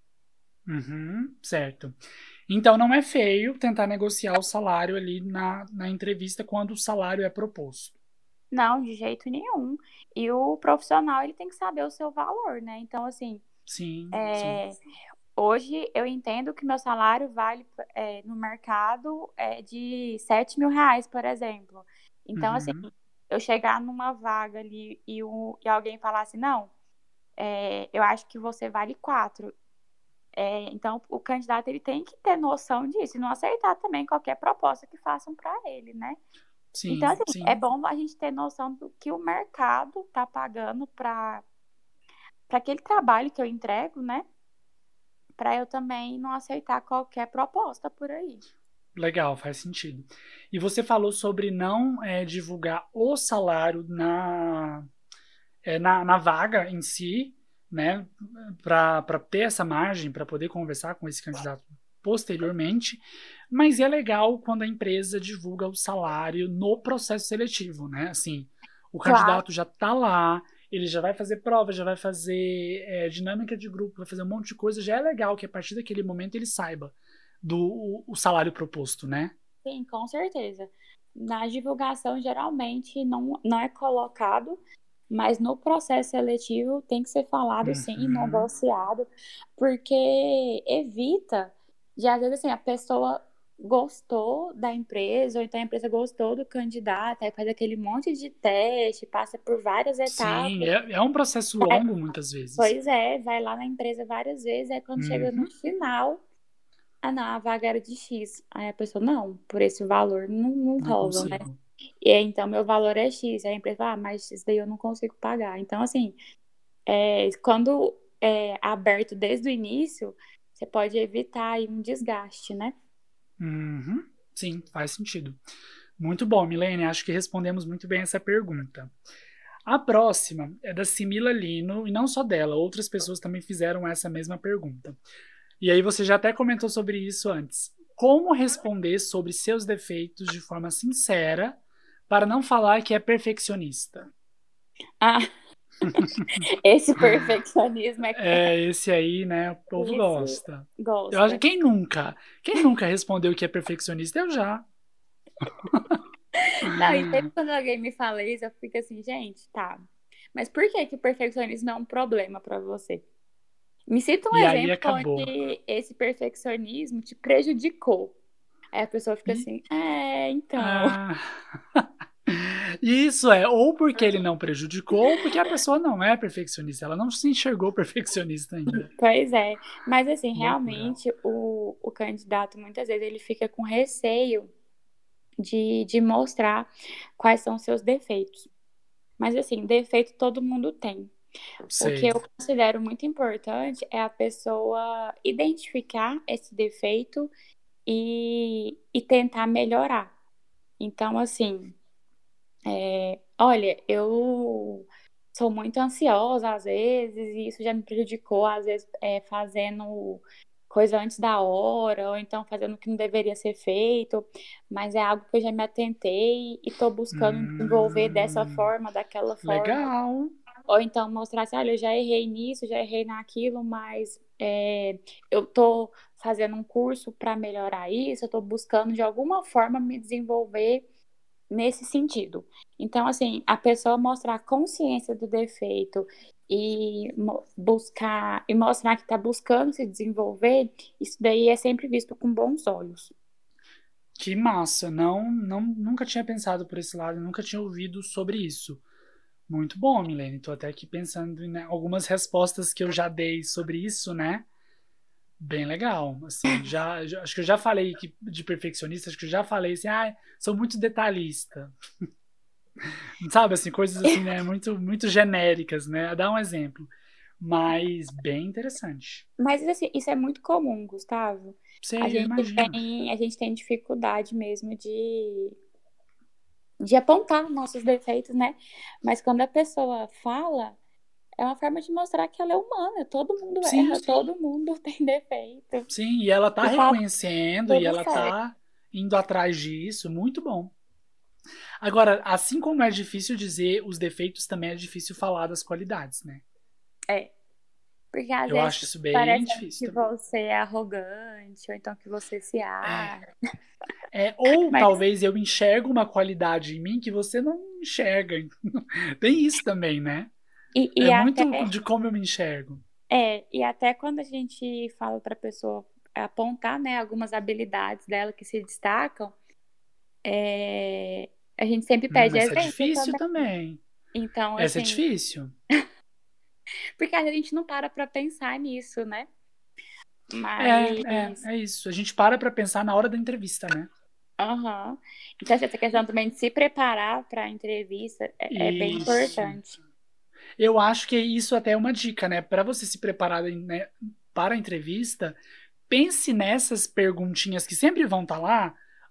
Uhum. Certo. Então não é feio tentar negociar o salário ali na, na entrevista quando o salário é proposto. Não, de jeito nenhum. E o profissional, ele tem que saber o seu valor, né? Então, assim, Sim, sim. é, hoje eu entendo que meu salário vale é, no mercado é, de sete mil reais, por exemplo. Então, assim, Uhum. eu chegar numa vaga ali e, o, e alguém falar assim, não, é, eu acho que você vale quatro. É, então, o candidato ele tem que ter noção disso e não aceitar também qualquer proposta que façam para ele, né? Então, Sim, assim, é sim. bom a gente ter noção do que o mercado está pagando para para aquele trabalho que eu entrego, né? Para eu também não aceitar qualquer proposta por aí. Legal, faz sentido. E você falou sobre não é, divulgar o salário na, é, na, na vaga em si, né? Para ter essa margem, para poder conversar com esse candidato posteriormente. Mas é legal quando a empresa divulga o salário no processo seletivo, né? Assim, o Claro. candidato já está lá, ele já vai fazer prova, já vai fazer é, dinâmica de grupo, vai fazer um monte de coisa. Já é legal que a partir daquele momento ele saiba do o, o salário proposto, né? Sim, com certeza. Na divulgação, geralmente, não, não é colocado, mas no processo seletivo tem que ser falado, sim, Uhum. negociado, porque evita de, às vezes, assim, a pessoa gostou da empresa, ou então a empresa gostou do candidato, aí faz aquele monte de teste, passa por várias Sim, etapas. é, é um processo longo muitas vezes. Pois é, vai lá na empresa várias vezes, aí quando chega no Uhum. final, ah, não, a vaga era de X. Aí a pessoa, não, por esse valor não, não Não rola, né? consigo. E aí, então, meu valor é X. Aí a empresa fala, ah, mas isso daí eu não consigo pagar. Então, assim, é, quando é aberto desde o início, você pode evitar aí um desgaste, né? Uhum. Sim, faz sentido. Muito bom, Milene. Acho que respondemos muito bem essa pergunta. A próxima é da Simila Lino, e não só dela, outras pessoas também fizeram essa mesma pergunta. E aí você já até comentou sobre isso antes. Como responder sobre seus defeitos de forma sincera para não falar que é perfeccionista? Ah, esse perfeccionismo é, É, esse aí, né, o povo esse gosta. Eu acho, gosta. quem nunca? Quem nunca respondeu que é perfeccionista? Eu já. Não, e sempre quando alguém me fala isso, eu fico assim, gente, tá. Mas por que que o perfeccionismo é um problema pra você? Me cita um E aí exemplo acabou. onde esse perfeccionismo te prejudicou. Aí a pessoa fica E, assim, é, então. ah, isso é ou porque ele não prejudicou, ou porque a pessoa não é perfeccionista. Ela não se enxergou perfeccionista ainda. Pois é. Mas assim, Loucura. realmente o, o candidato muitas vezes ele fica com receio de, de mostrar quais são os seus defeitos. Mas assim, defeito todo mundo tem. O que Sei. eu considero muito importante é a pessoa identificar esse defeito e, e tentar melhorar. Então, assim, é, olha, eu sou muito ansiosa às vezes, e isso já me prejudicou, às vezes, é, fazendo coisa antes da hora, ou então fazendo o que não deveria ser feito, mas é algo que eu já me atentei e estou buscando desenvolver dessa Hum, forma, daquela forma. legal. Ou então mostrar assim, olha, eu já errei nisso, já errei naquilo, mas é, eu tô fazendo um curso para melhorar isso, eu tô buscando de alguma forma me desenvolver nesse sentido. Então, assim, a pessoa mostrar consciência do defeito e mo- buscar e mostrar que está buscando se desenvolver, isso daí é sempre visto com bons olhos. Que massa. Não, não, nunca tinha pensado por esse lado, nunca tinha ouvido sobre isso. Muito bom, Milene. Tô até aqui pensando em né, algumas respostas que eu já dei sobre isso, né? Bem legal. Assim, já, já- acho que eu já falei que, de perfeccionista, acho que eu já falei assim, ah, sou muito detalhista. Sabe, assim, coisas assim, né? Muito, muito genéricas, né? Dá um exemplo. Mas bem interessante. Mas assim, isso é muito comum, Gustavo. A Sei, eu gente imagino. tem, a gente tem dificuldade mesmo de, de apontar nossos defeitos, né? Mas quando a pessoa fala, é uma forma de mostrar que ela é humana. Todo mundo erra, Sim, todo mundo tem defeito. sim. E ela tá E tá reconhecendo e tudo ela certo. tá indo atrás disso. Muito bom. Agora, assim como é difícil dizer os defeitos, também é difícil falar das qualidades, né? É. Porque às Eu vezes acho isso fica bem parecendo difícil que também. você é arrogante, ou então que você se É. acha. É, ou Mas, talvez eu enxergo uma qualidade em mim que você não enxerga. Tem isso também, né? e, e É até, muito de como eu me enxergo. é, e até quando a gente fala para a pessoa apontar, né, algumas habilidades dela que se destacam, é, a gente sempre Hum, pede essa é exemplo difícil também. também. Então, Essa é assim, difícil. porque a gente não para para pensar nisso, né? É, é, Mas, é isso. A gente para pra pensar na hora da entrevista, né? aham. Então, assim, essa questão também de se preparar para a entrevista é, é bem Isso. importante. Eu acho que isso até é uma dica, né? Para você se preparar né, para a entrevista, pense nessas perguntinhas que sempre vão estar lá,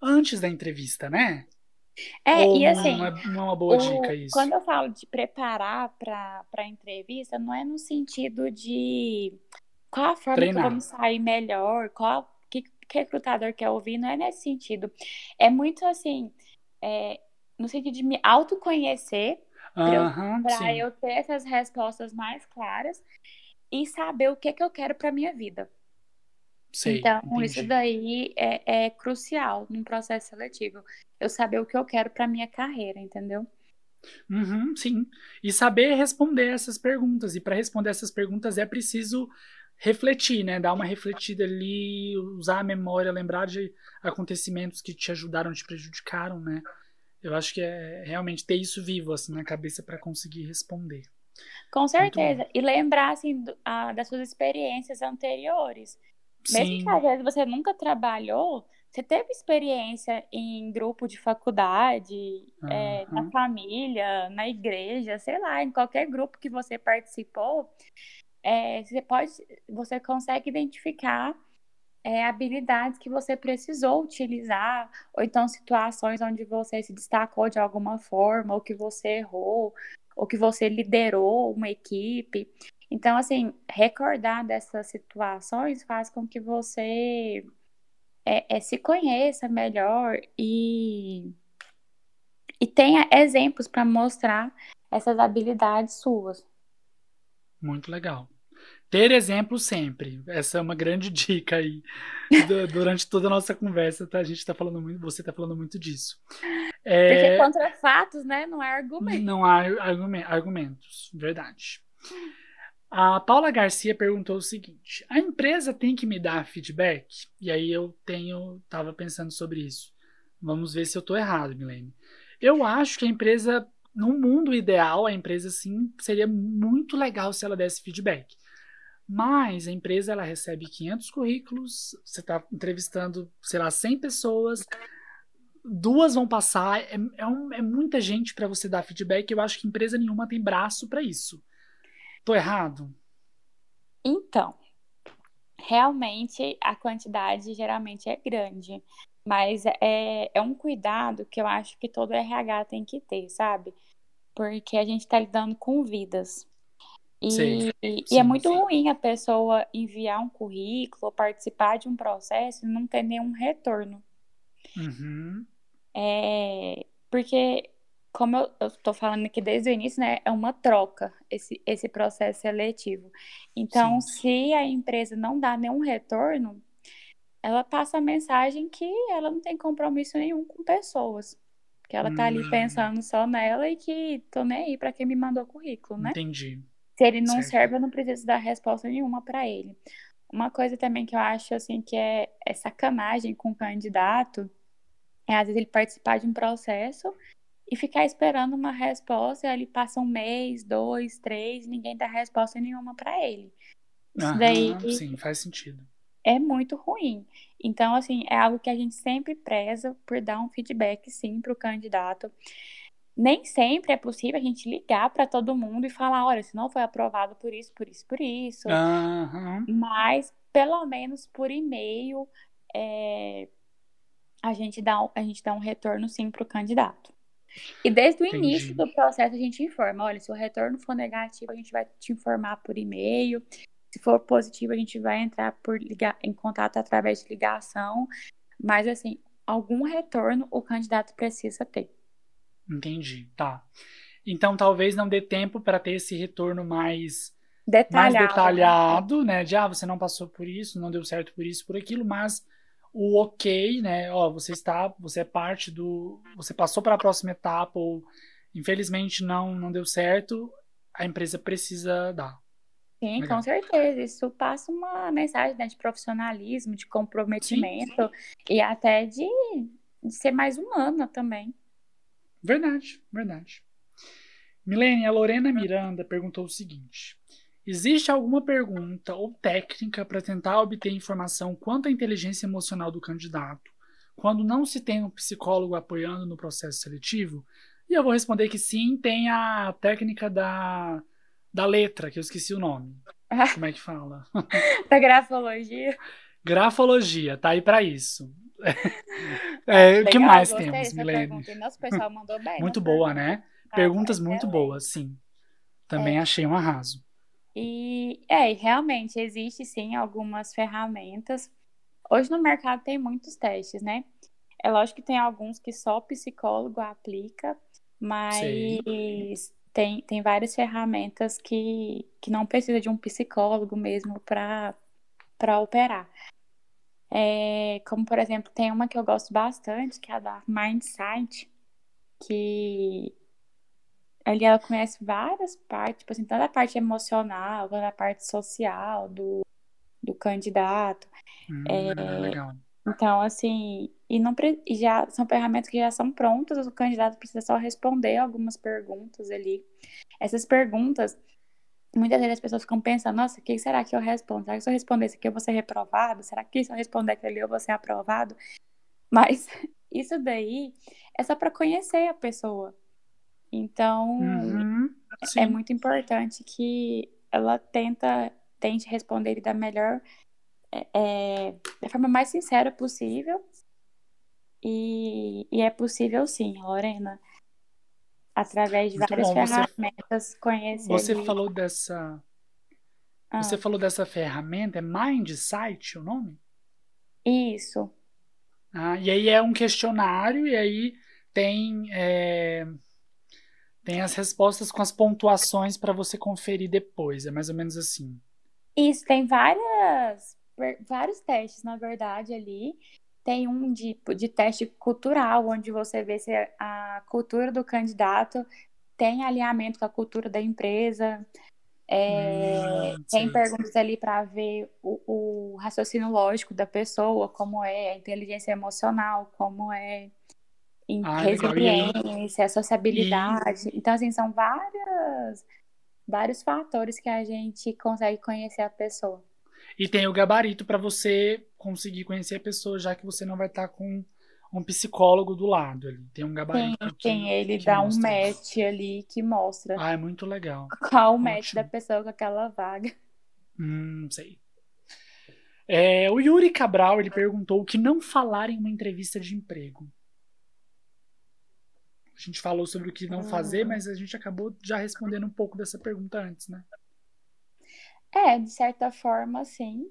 antes da entrevista, né? É, Ou e assim, não é, não é uma boa o, dica isso? quando eu falo de preparar para a entrevista, não é no sentido de qual a forma que eu vou Treinar. me sair melhor, qual que, que recrutador quer ouvir, não é nesse sentido. É muito assim, é, no sentido de me autoconhecer, para eu, Aham, para sim. eu ter essas respostas mais claras e saber o que, que eu quero para minha vida. Sei, Então, isso entendi. daí é, é crucial num processo seletivo. Eu saber o que eu quero para minha carreira, entendeu? Uhum, sim. E saber responder essas perguntas. E para responder essas perguntas é preciso refletir, né? Dar uma refletida ali, usar a memória, lembrar de acontecimentos que te ajudaram, te prejudicaram, né? Eu acho que é realmente ter isso vivo assim na cabeça para conseguir responder. Com Muito bom. certeza. E lembrar, assim, do- a- das suas experiências anteriores. Mesmo que Sim. às vezes você nunca trabalhou, você teve experiência em grupo de faculdade, é, na Aham. família, na igreja, sei lá, em qualquer grupo que você participou, é, você pode, você consegue identificar, é, habilidades que você precisou utilizar, ou então situações onde você se destacou de alguma forma, ou que você errou, ou que você liderou uma equipe. Então, assim, recordar dessas situações faz com que você é, é, se conheça melhor e, e tenha exemplos para mostrar essas habilidades suas. Muito legal. Ter exemplo sempre. Essa é uma grande dica aí. Du- Durante toda a nossa conversa, tá? A gente tá falando muito, você tá falando muito disso. Porque É, contra fatos, né, não é argumento. não há argumen- argumentos, verdade. A Paula Garcia perguntou o seguinte: a empresa tem que me dar feedback? E aí eu tenho, tava pensando sobre isso. Vamos ver se eu tô errado, Milene. Eu acho que a empresa, num mundo ideal, a empresa sim seria muito legal se ela desse feedback. Mas a empresa ela recebe quinhentos currículos, você está entrevistando, sei lá, cem pessoas, duas vão passar, é, é, um- é muita gente para você dar feedback. Eu acho que empresa nenhuma tem braço para isso. Tô errado? Então, realmente a quantidade geralmente é grande, mas é, é um cuidado que eu acho que todo R H tem que ter, sabe? Porque a gente está lidando com vidas. Sei, E, e é sim. muito ruim a pessoa enviar um currículo, participar de um processo e não ter nenhum retorno. Uhum, É, porque, como eu, eu tô falando aqui desde o início, né, é uma troca esse, esse processo seletivo. Então, sim. se a empresa não dá nenhum retorno, ela passa a mensagem que ela não tem compromisso nenhum com pessoas. Que ela tá ali Hum, pensando só nela e que tô nem aí pra quem me mandou currículo, né? entendi. Se ele não Certo. serve, eu não preciso dar resposta nenhuma pra ele. Uma coisa também que eu acho assim que é, é sacanagem com o candidato é às vezes ele participar de um processo e ficar esperando uma resposta, e aí ele passa um mês, dois, três, ninguém dá resposta nenhuma pra ele. Isso daí Aham, sim, faz sentido. é muito ruim. Então, assim, é algo que a gente sempre preza por dar um feedback, sim, para o candidato. Nem sempre é possível a gente ligar para todo mundo e falar, olha, se não foi aprovado por isso, por isso, por isso. Aham, Mas, pelo menos por e-mail, é, a gente dá, um- a gente dá um retorno, sim, para o candidato. E desde o início entendi. do processo a gente informa, olha, se o retorno for negativo, a gente vai te informar por e-mail. Se for positivo, a gente vai entrar por ligar, em contato através de ligação. Mas, assim, algum retorno o candidato precisa ter. Entendi. Tá. Então talvez não dê tempo para ter esse retorno mais mais Detalhado, né? detalhado, né? De ah, você não passou por isso, não deu certo por isso, por aquilo, mas o ok, né? Ó, você está, você é parte do, você passou para a próxima etapa ou infelizmente não não deu certo, a empresa precisa dar. Sim, com Legal. certeza. Isso passa uma mensagem, né, de profissionalismo, de Sim, comprometimento e até de, de ser mais humana também. verdade, verdade. Milene, a Lorena Miranda perguntou o seguinte: existe alguma pergunta ou técnica para tentar obter informação quanto à inteligência emocional do candidato, quando não se tem um psicólogo apoiando no processo seletivo? E eu vou responder que sim, tem a técnica da, da letra, que eu esqueci o nome. Como é que fala? Da grafologia. Grafologia, tá aí para isso. É, o que Legal, mais gostei temos, dessa Milene? pergunta. E nosso pessoal mandou bem Muito nas boa, perguntas. né? Tava Perguntas muito boas, excelente. sim. Também achei um arraso. E é, e realmente existe sim algumas ferramentas. Hoje no mercado tem muitos testes, né? É lógico que tem alguns que só psicólogo aplica, Sei. mas tem, tem várias ferramentas que, que não precisa de um psicólogo mesmo para para operar. É, como, por exemplo, tem uma que eu gosto bastante, que é a da Mindsight, que ali ela conhece várias partes, tipo assim, tanto a parte emocional, quanto a parte social do, do candidato. Hum, legal. Então, assim, e não pre- e já são ferramentas que já são prontas, o candidato precisa só responder algumas perguntas ali. Essas perguntas, muitas vezes as pessoas ficam pensando, nossa, o que será que eu respondo? Será que se eu responder isso aqui eu vou ser reprovado? Será que se eu responder aquilo ali eu vou ser aprovado? Mas isso daí é só para conhecer a pessoa. Então, Uhum, é sim. muito importante que ela tenta, tente responder ele da melhor, é, da forma mais sincera possível. E, e é possível sim, Lorena, através de Muito várias bom. Você, ferramentas, conhecer você ali. falou dessa, você Ah, falou dessa ferramenta, é Mindsight o nome? isso. Ah, e aí é um questionário e aí tem, é, tem as respostas com as pontuações para você conferir depois. É mais ou menos assim. Isso, tem várias, vários testes, na verdade, ali. Tem um de, de teste cultural, onde você vê se a cultura do candidato tem alinhamento com a cultura da empresa. É, Hum, tem sei. perguntas ali para ver o, o raciocínio lógico da pessoa, como é a inteligência emocional, como é em Ah, legal. E aí, resiliência, e, sociabilidade. Então, assim, são várias, vários fatores que a gente consegue conhecer a pessoa. e tem o gabarito para você conseguir conhecer a pessoa, já que você não vai estar com um psicólogo do lado ali. Tem um Sim, gabarito sim, que, ele que dá um mostra isso. match ali que mostra Ah, é muito legal. qual o match da Ótimo. pessoa com aquela vaga. Hum, sei. É, o Yuri Cabral, ele perguntou o que não falar em uma entrevista de emprego. A gente falou sobre o que não fazer, Hum. mas a gente acabou já respondendo um pouco dessa pergunta antes, né? É, de certa forma, sim.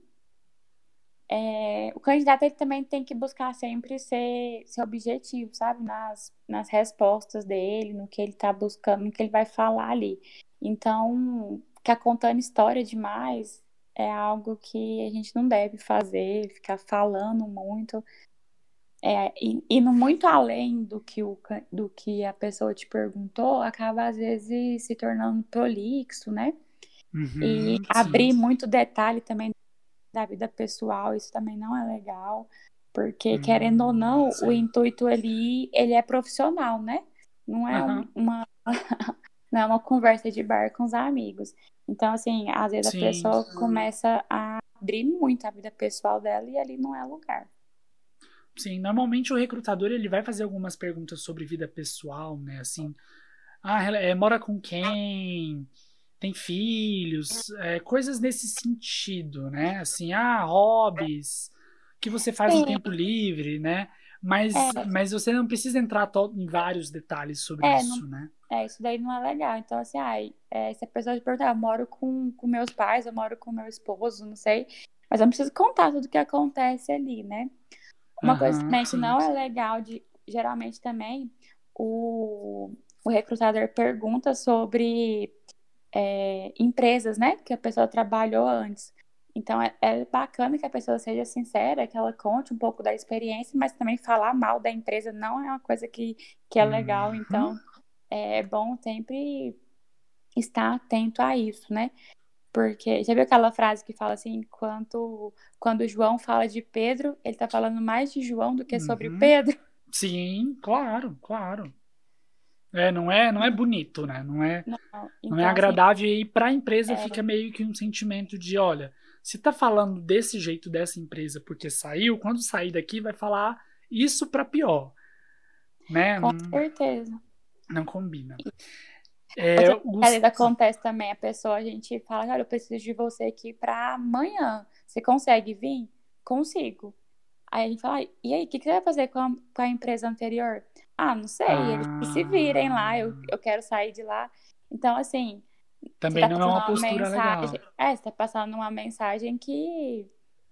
É, o candidato ele também tem que buscar sempre ser, ser objetivo, sabe? Nas, nas respostas dele, no que ele tá buscando, no que ele vai falar ali. Então, ficar contando história demais é algo que a gente não deve fazer, ficar falando muito, é, e, indo muito além do que, o, can- do que a pessoa te perguntou, acaba às vezes se tornando prolixo, né? E Uhum, abrir sim. muito detalhe também da vida pessoal, isso também não é legal, porque querendo ou Hum, não, o sei. intuito ali, ele é profissional, né? Não é um- Aham, uma, não é uma conversa de bar com os amigos. Então, assim, às vezes a sim. pessoa começa a abrir muito a vida pessoal dela e ali não é lugar. Sim, normalmente o recrutador ele vai fazer algumas perguntas sobre vida pessoal, né? Assim, ah, é, mora com quem? Tem filhos? É, coisas nesse sentido, né? Assim, ah, hobbies, o que você faz no Sim, tempo livre, né? Mas, é, mas você não precisa entrar to- em vários detalhes sobre é, não, isso, né? é, isso daí não é legal. Então, assim, ai, é, se a pessoa te perguntar, eu moro com, com meus pais, eu moro com meu esposo, não sei, mas eu não preciso contar tudo o que acontece ali, né? Uma coisa Aham, também que sim. não é legal de, geralmente também, o, o recrutador pergunta sobre é, empresas, né, que a pessoa trabalhou antes. Então é, é bacana que a pessoa seja sincera, que ela conte um pouco da experiência, mas também falar mal da empresa não é uma coisa que, que é legal. Uhum. Então é bom sempre estar atento a isso, né? Porque já viu aquela frase que fala assim, enquanto quando João fala de Pedro, ele tá falando mais de João do que sobre Uhum. Pedro? Sim, claro, claro. É, não é, não é bonito, né? Não é, Não. não é Então, assim, agradável e para a empresa é, fica meio que um sentimento de, olha, se tá falando desse jeito dessa empresa porque saiu, quando sair daqui vai falar isso para pior, né? com Não, certeza. não combina. É, Outra coisa que às os, vezes acontece também, a pessoa, a gente fala, cara, eu preciso de você aqui pra amanhã. Você consegue vir? Consigo. Aí a gente fala, e aí, o que, que você vai fazer com a, com a empresa anterior? Ah, não sei, eles que se virem lá, eu, Ah, eu quero sair de lá. Então, assim, você também tá não é passando uma uma postura mensagem, legal. é, você tá passando uma mensagem que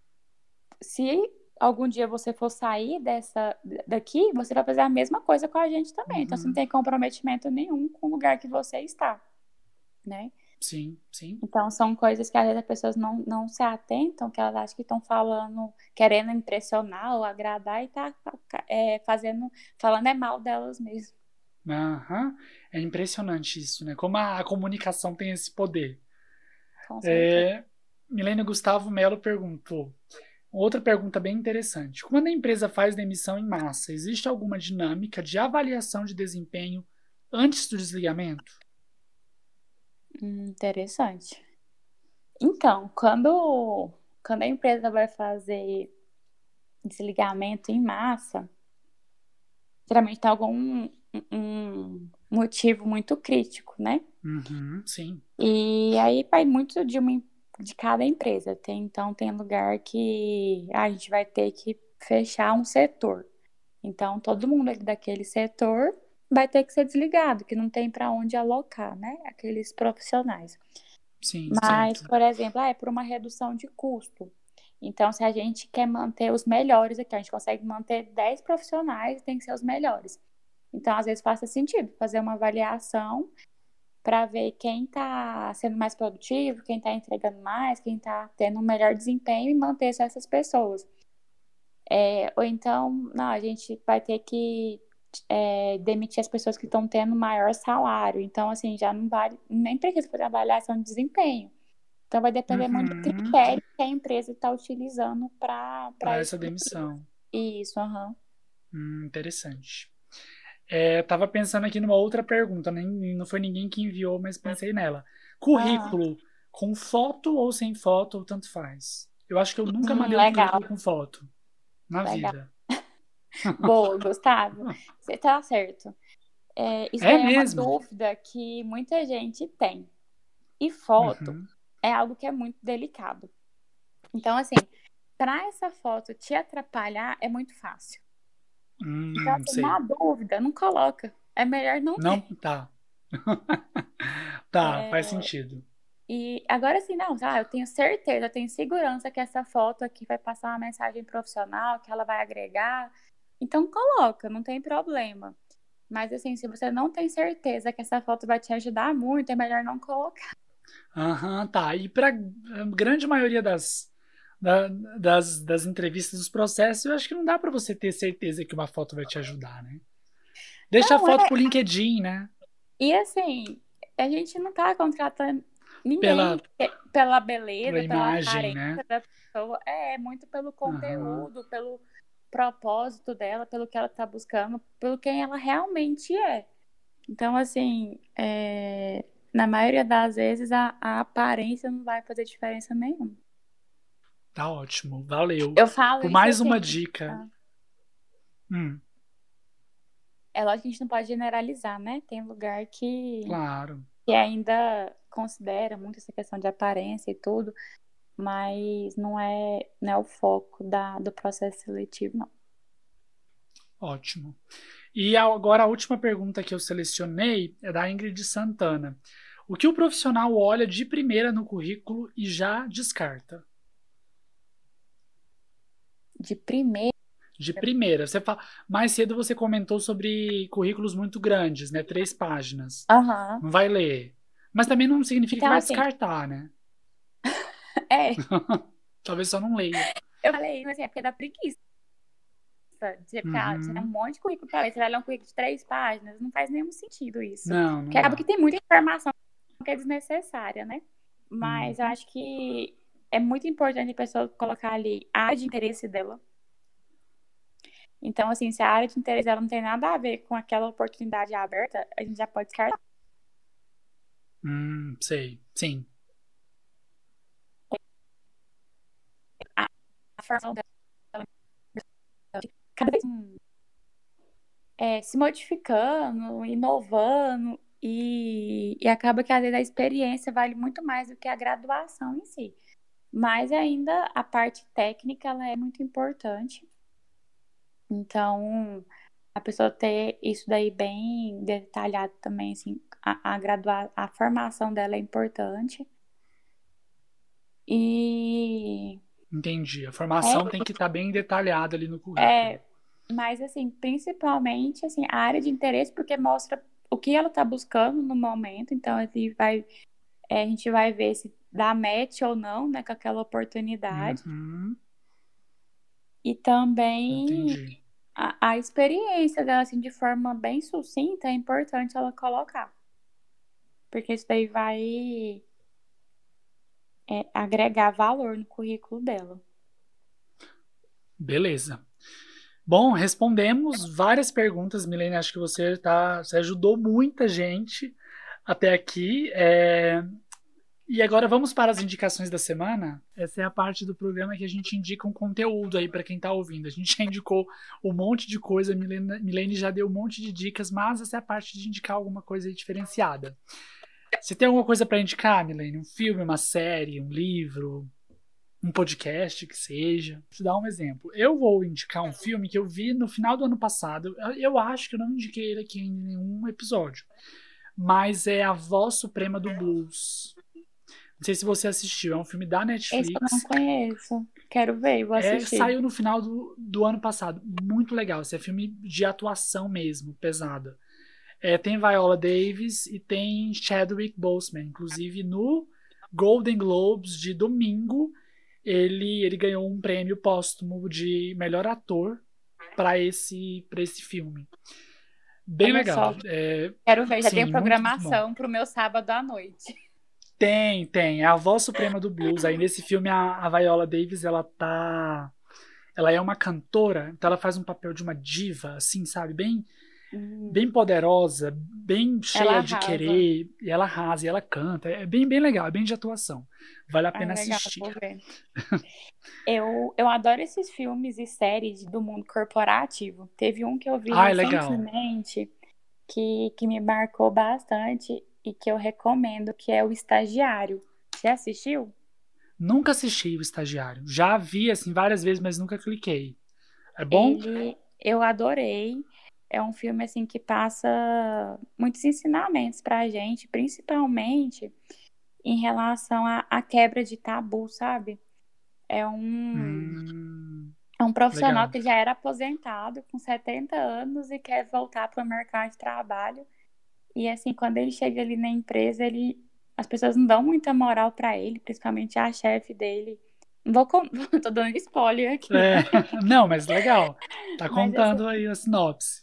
se algum dia você for sair dessa, daqui, você vai fazer a mesma coisa com a gente também. Então, você não Uhum. tem comprometimento nenhum com o lugar que você está, né? Sim, sim. Então, são coisas que às vezes as pessoas não, não se atentam, que elas acham que estão falando, querendo impressionar ou agradar e tá é, fazendo, falando é mal delas mesmo. Aham. É impressionante isso, né? Como a, a comunicação tem esse poder. Com certeza. É, Milene Gustavo Melo perguntou. Outra pergunta bem interessante. Quando a empresa faz demissão em massa, existe alguma dinâmica de avaliação de desempenho antes do desligamento? Hum, interessante. Então, quando, quando a empresa vai fazer desligamento em massa, geralmente tem algum um motivo muito crítico, né? Uhum, sim. E aí vai muito de, uma, de cada empresa. Tem, então, tem lugar que ah, a gente vai ter que fechar um setor. Então, todo mundo ali daquele setor vai ter que ser desligado, que não tem para onde alocar, né? Aqueles profissionais. Sim, Mas, certo. por exemplo, ah, é por uma redução de custo. Então, se a gente quer manter os melhores aqui, a gente consegue manter dez profissionais, tem que ser os melhores. Então, às vezes, faz sentido fazer uma avaliação para ver quem está sendo mais produtivo, quem está entregando mais, quem está tendo um melhor desempenho e manter essas pessoas. É, ou então, não, a gente vai ter que é, demitir as pessoas que estão tendo maior salário. Então, assim, já não vale, nem precisa fazer avaliação de desempenho. Então, vai depender muito do Uhum, critério que a empresa está utilizando para para isso. essa demissão. Isso, aham. Hum, interessante. É, tava pensando aqui numa outra pergunta, nem, não foi ninguém que enviou, mas pensei nela. Ah, Currículo com foto ou sem foto, ou tanto faz? Eu acho que eu nunca hum, mandei um legal, currículo com foto na legal. vida. Boa, Gustavo. Você tá certo. É, isso É daí é uma mesmo? dúvida que muita gente tem. E foto Uhum. é algo que é muito delicado. Então, assim, para essa foto te atrapalhar é muito fácil. Então, Hum, assim, na sei. dúvida, não coloca. É melhor não Não, ter. tá. Tá, faz É, sentido. e agora, assim, não, sei lá, eu tenho certeza, eu tenho segurança que essa foto aqui vai passar uma mensagem profissional, que ela vai agregar. Então, coloca, não tem problema. Mas, assim, se você não tem certeza que essa foto vai te ajudar muito, é melhor não colocar. Aham, tá. E para a grande maioria das, da- das, das entrevistas, dos processos, eu acho que não dá para você ter certeza que uma foto vai te ajudar, né? Deixa a Não, foto é. pro LinkedIn, né? E, assim, a gente não tá contratando ninguém Pela, pe- pela pela beleza, pela imagem, aparência né? da pessoa. É, é muito pelo Aham. conteúdo, pelo propósito dela, pelo que ela tá buscando, pelo quem ela realmente é. Então, assim, é, na maioria das vezes, a, a aparência não vai fazer diferença nenhuma. Tá ótimo. Valeu. Eu falo Por isso mais uma assim. dica. ah, Hum, É lógico que a gente não pode generalizar, né? Tem lugar que, claro. que ainda considera muito essa questão de aparência e tudo, mas não é, não é o foco da, do processo seletivo, não. Ótimo. E agora a última pergunta que eu selecionei é da Ingrid Santana. O que o profissional olha de primeira no currículo e já descarta? De primeira. De primeira. Você fala, mais cedo você comentou sobre currículos muito grandes, né? Três páginas. Aham. Não vai ler. Mas também não significa que Então, vai assim, descartar, né? é, Talvez só não leia. eu falei, mas assim, é porque dá preguiça. Você ficar, você tem um Uhum. monte de currículo pra ler, você vai ler um currículo de três páginas, não faz nenhum sentido isso. Não, Porque não acaba que dá. tem muita informação que é desnecessária, né? Mas eu Uhum. acho que é muito importante a pessoa colocar ali a área de interesse dela. Então, assim, se a área de interesse dela não tem nada a ver com aquela oportunidade aberta, a gente já pode descartar. Hum, sei. Sim. A formação dela cada vez é, se modificando, inovando, e, e acaba que às vezes a experiência vale muito mais do que a graduação em si. Mas ainda a parte técnica ela é muito importante. Então, a pessoa ter isso daí bem detalhado também, assim, a, a graduar, a formação dela é importante. E Entendi. A formação tem que estar bem detalhada ali no currículo. é, mas assim, principalmente assim, a área de interesse, porque mostra o que ela está buscando no momento. Então, a gente vai, é, a gente vai ver se dá match ou não, né, com aquela oportunidade. Uhum. E também Entendi. a, a experiência dela, assim, de forma bem sucinta, é importante ela colocar. Porque isso daí vai é, agregar valor no currículo dela. Beleza. Bom, respondemos várias perguntas, Milene. Acho que você, tá, você ajudou muita gente até aqui. É... E agora vamos para as indicações da semana. Essa é a parte do programa que a gente indica um conteúdo aí para quem está ouvindo. A gente já indicou um monte de coisa, Milene, Milene já deu um monte de dicas, mas essa é a parte de indicar alguma coisa aí diferenciada. Você tem alguma coisa para indicar, Milene? Um filme, uma série, um livro, um podcast, que seja? Vou te dar um exemplo. Eu vou indicar um filme que eu vi no final do ano passado. Eu acho que eu não indiquei ele aqui em nenhum episódio. Mas é A Voz Suprema do Blues. Não sei se você assistiu. É um filme da Esse eu não Netflix. conheço. Quero ver, vou É, assistir. saiu no final do, do ano passado. Muito legal. Esse é filme de atuação mesmo, pesada. É, tem Viola Davis e tem Chadwick Boseman. Inclusive, no Golden Globes de domingo, ele, ele ganhou um prêmio póstumo de melhor ator para esse, para esse filme. Bem Olha legal. só, É, quero ver. Já tenho sim, muito, muito bom. programação pro meu sábado à noite. Tem, tem. É a voz suprema do blues. Aí nesse filme a, a Viola Davis, ela tá... Ela é uma cantora, então ela faz um papel de uma diva, assim, sabe? Bem... Hum, bem poderosa, bem ela cheia de arrasa. querer, e ela arrasa, e ela canta. É bem, bem legal, é bem de atuação. Vale a Ah, pena legal, assistir. vou ver. Eu, eu adoro esses filmes e séries do mundo corporativo. Teve um que eu vi Ah, é legal. recentemente que, que me marcou bastante e que eu recomendo, que é O Estagiário. Já assistiu? Nunca assisti O Estagiário. Já vi, assim, várias vezes, mas nunca cliquei. É bom? Ele, eu adorei. É um filme assim que passa muitos ensinamentos pra gente, principalmente em relação à, à quebra de tabu, sabe? É um, Hum, é um profissional legal. que já era aposentado com setenta anos e quer voltar para o mercado de trabalho. E assim, quando ele chega ali na empresa, ele, as pessoas não dão muita moral para ele, principalmente a chefe dele. Não vou con- tô dando spoiler aqui, É, não, mas legal. Tá mas assim, contando aí a sinopse.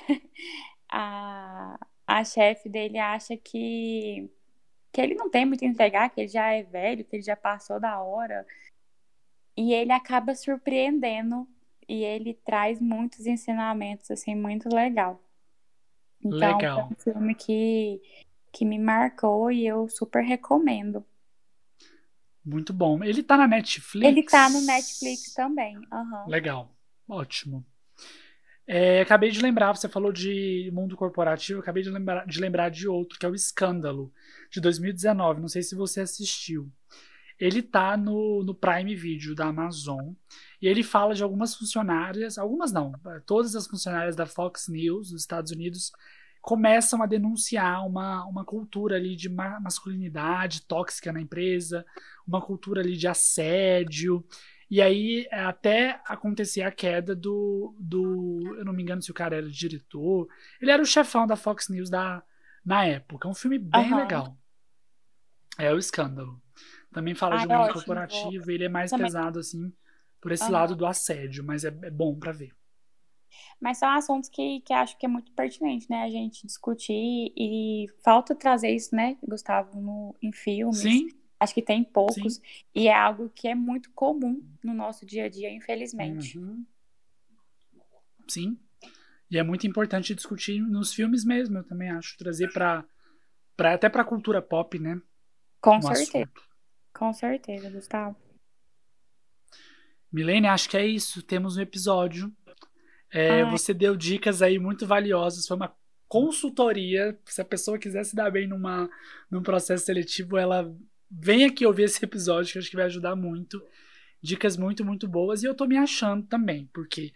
a, a chefe dele acha que, que ele não tem muito a entregar, que ele já é velho, que ele já passou da hora. E ele acaba surpreendendo e ele traz muitos ensinamentos, assim, muito legal. Então, foi Legal. um filme que, que me marcou e eu super recomendo. Muito bom. Ele tá na Ele tá no Netflix Netflix. também. Aham. Legal. Ótimo. É, acabei de lembrar, você falou de mundo corporativo, acabei de lembrar, de lembrar de outro, que é o Escândalo, de dois mil e dezenove. Não sei se você assistiu. Ele tá no, no Prime Video da Amazon e ele fala de algumas funcionárias, algumas não, todas as funcionárias da Fox News dos Estados Unidos começam a denunciar uma, uma cultura ali de ma- masculinidade tóxica na empresa, uma cultura ali de assédio. E aí, é, até acontecer a queda do, do. Eu não me engano se o cara era diretor. Ele era o chefão da Fox News da, na época. É um filme bem Aham. legal. É o Escândalo. Também fala Ah, de um é mundo ótimo. Vou... corporativo. Ele é mais Também. pesado, assim, por esse lado Aham. do assédio, mas é, é bom pra ver. Mas são assuntos que, que acho que é muito pertinente, né? A gente discutir e falta trazer isso, né, Gustavo, no, em filmes. Sim, Acho que tem sim. poucos. E é algo que é muito comum no nosso dia a dia, infelizmente. Uhum, sim. E é muito importante discutir nos filmes mesmo, eu também acho. Trazer pra, pra, até pra cultura pop, né? Com Um certeza. assunto. Com certeza, Gustavo. Milene, acho que é isso. Temos um episódio. É, Ai, você deu dicas aí muito valiosas. Foi uma consultoria. Se a pessoa quiser se dar bem numa, num processo seletivo, ela vem aqui ouvir esse episódio, que eu acho que vai ajudar muito. Dicas muito, muito boas. E eu tô me achando também, porque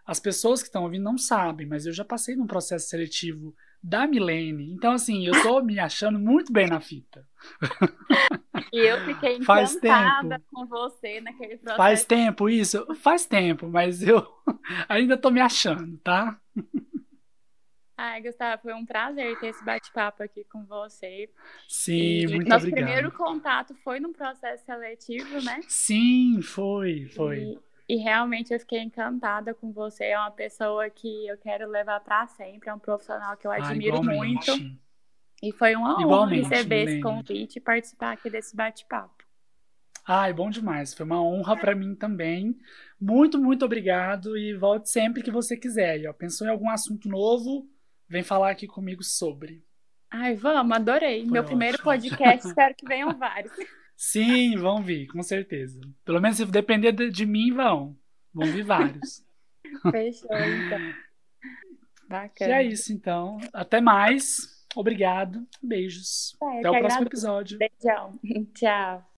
as pessoas que estão ouvindo não sabem, mas eu já passei num processo seletivo da Milene. Então, assim, eu tô me achando muito bem na fita. E eu fiquei Faz encantada tempo. com você naquele processo. Faz tempo isso? Faz tempo, mas eu ainda tô me achando, tá? Ai, Gustavo, foi um prazer ter esse bate-papo aqui com você. Sim, E muito nosso obrigado. primeiro contato foi num processo seletivo, né? Sim, foi, foi. E, e realmente eu fiquei encantada com você. É uma pessoa que eu quero levar para sempre. É um profissional que eu admiro ah, muito. igualmente. E foi uma honra Igualmente, receber esse Milene. convite e participar aqui desse bate-papo. Ai, bom demais. Foi uma honra para mim também. Muito, muito obrigado e volte sempre que você quiser. E, ó, pensou em algum assunto novo? Vem falar aqui comigo sobre. Ai, vamos, adorei. Foi Meu ótimo. primeiro podcast, espero que venham vários. Sim, vão vir, com certeza. Pelo menos se depender de, de mim, vão. Vão vir vários. Fechou, então. Bacana. E é isso, então. Até mais. Obrigado. Beijos. É, Até o próximo agradeço. episódio. Beijão. Tchau.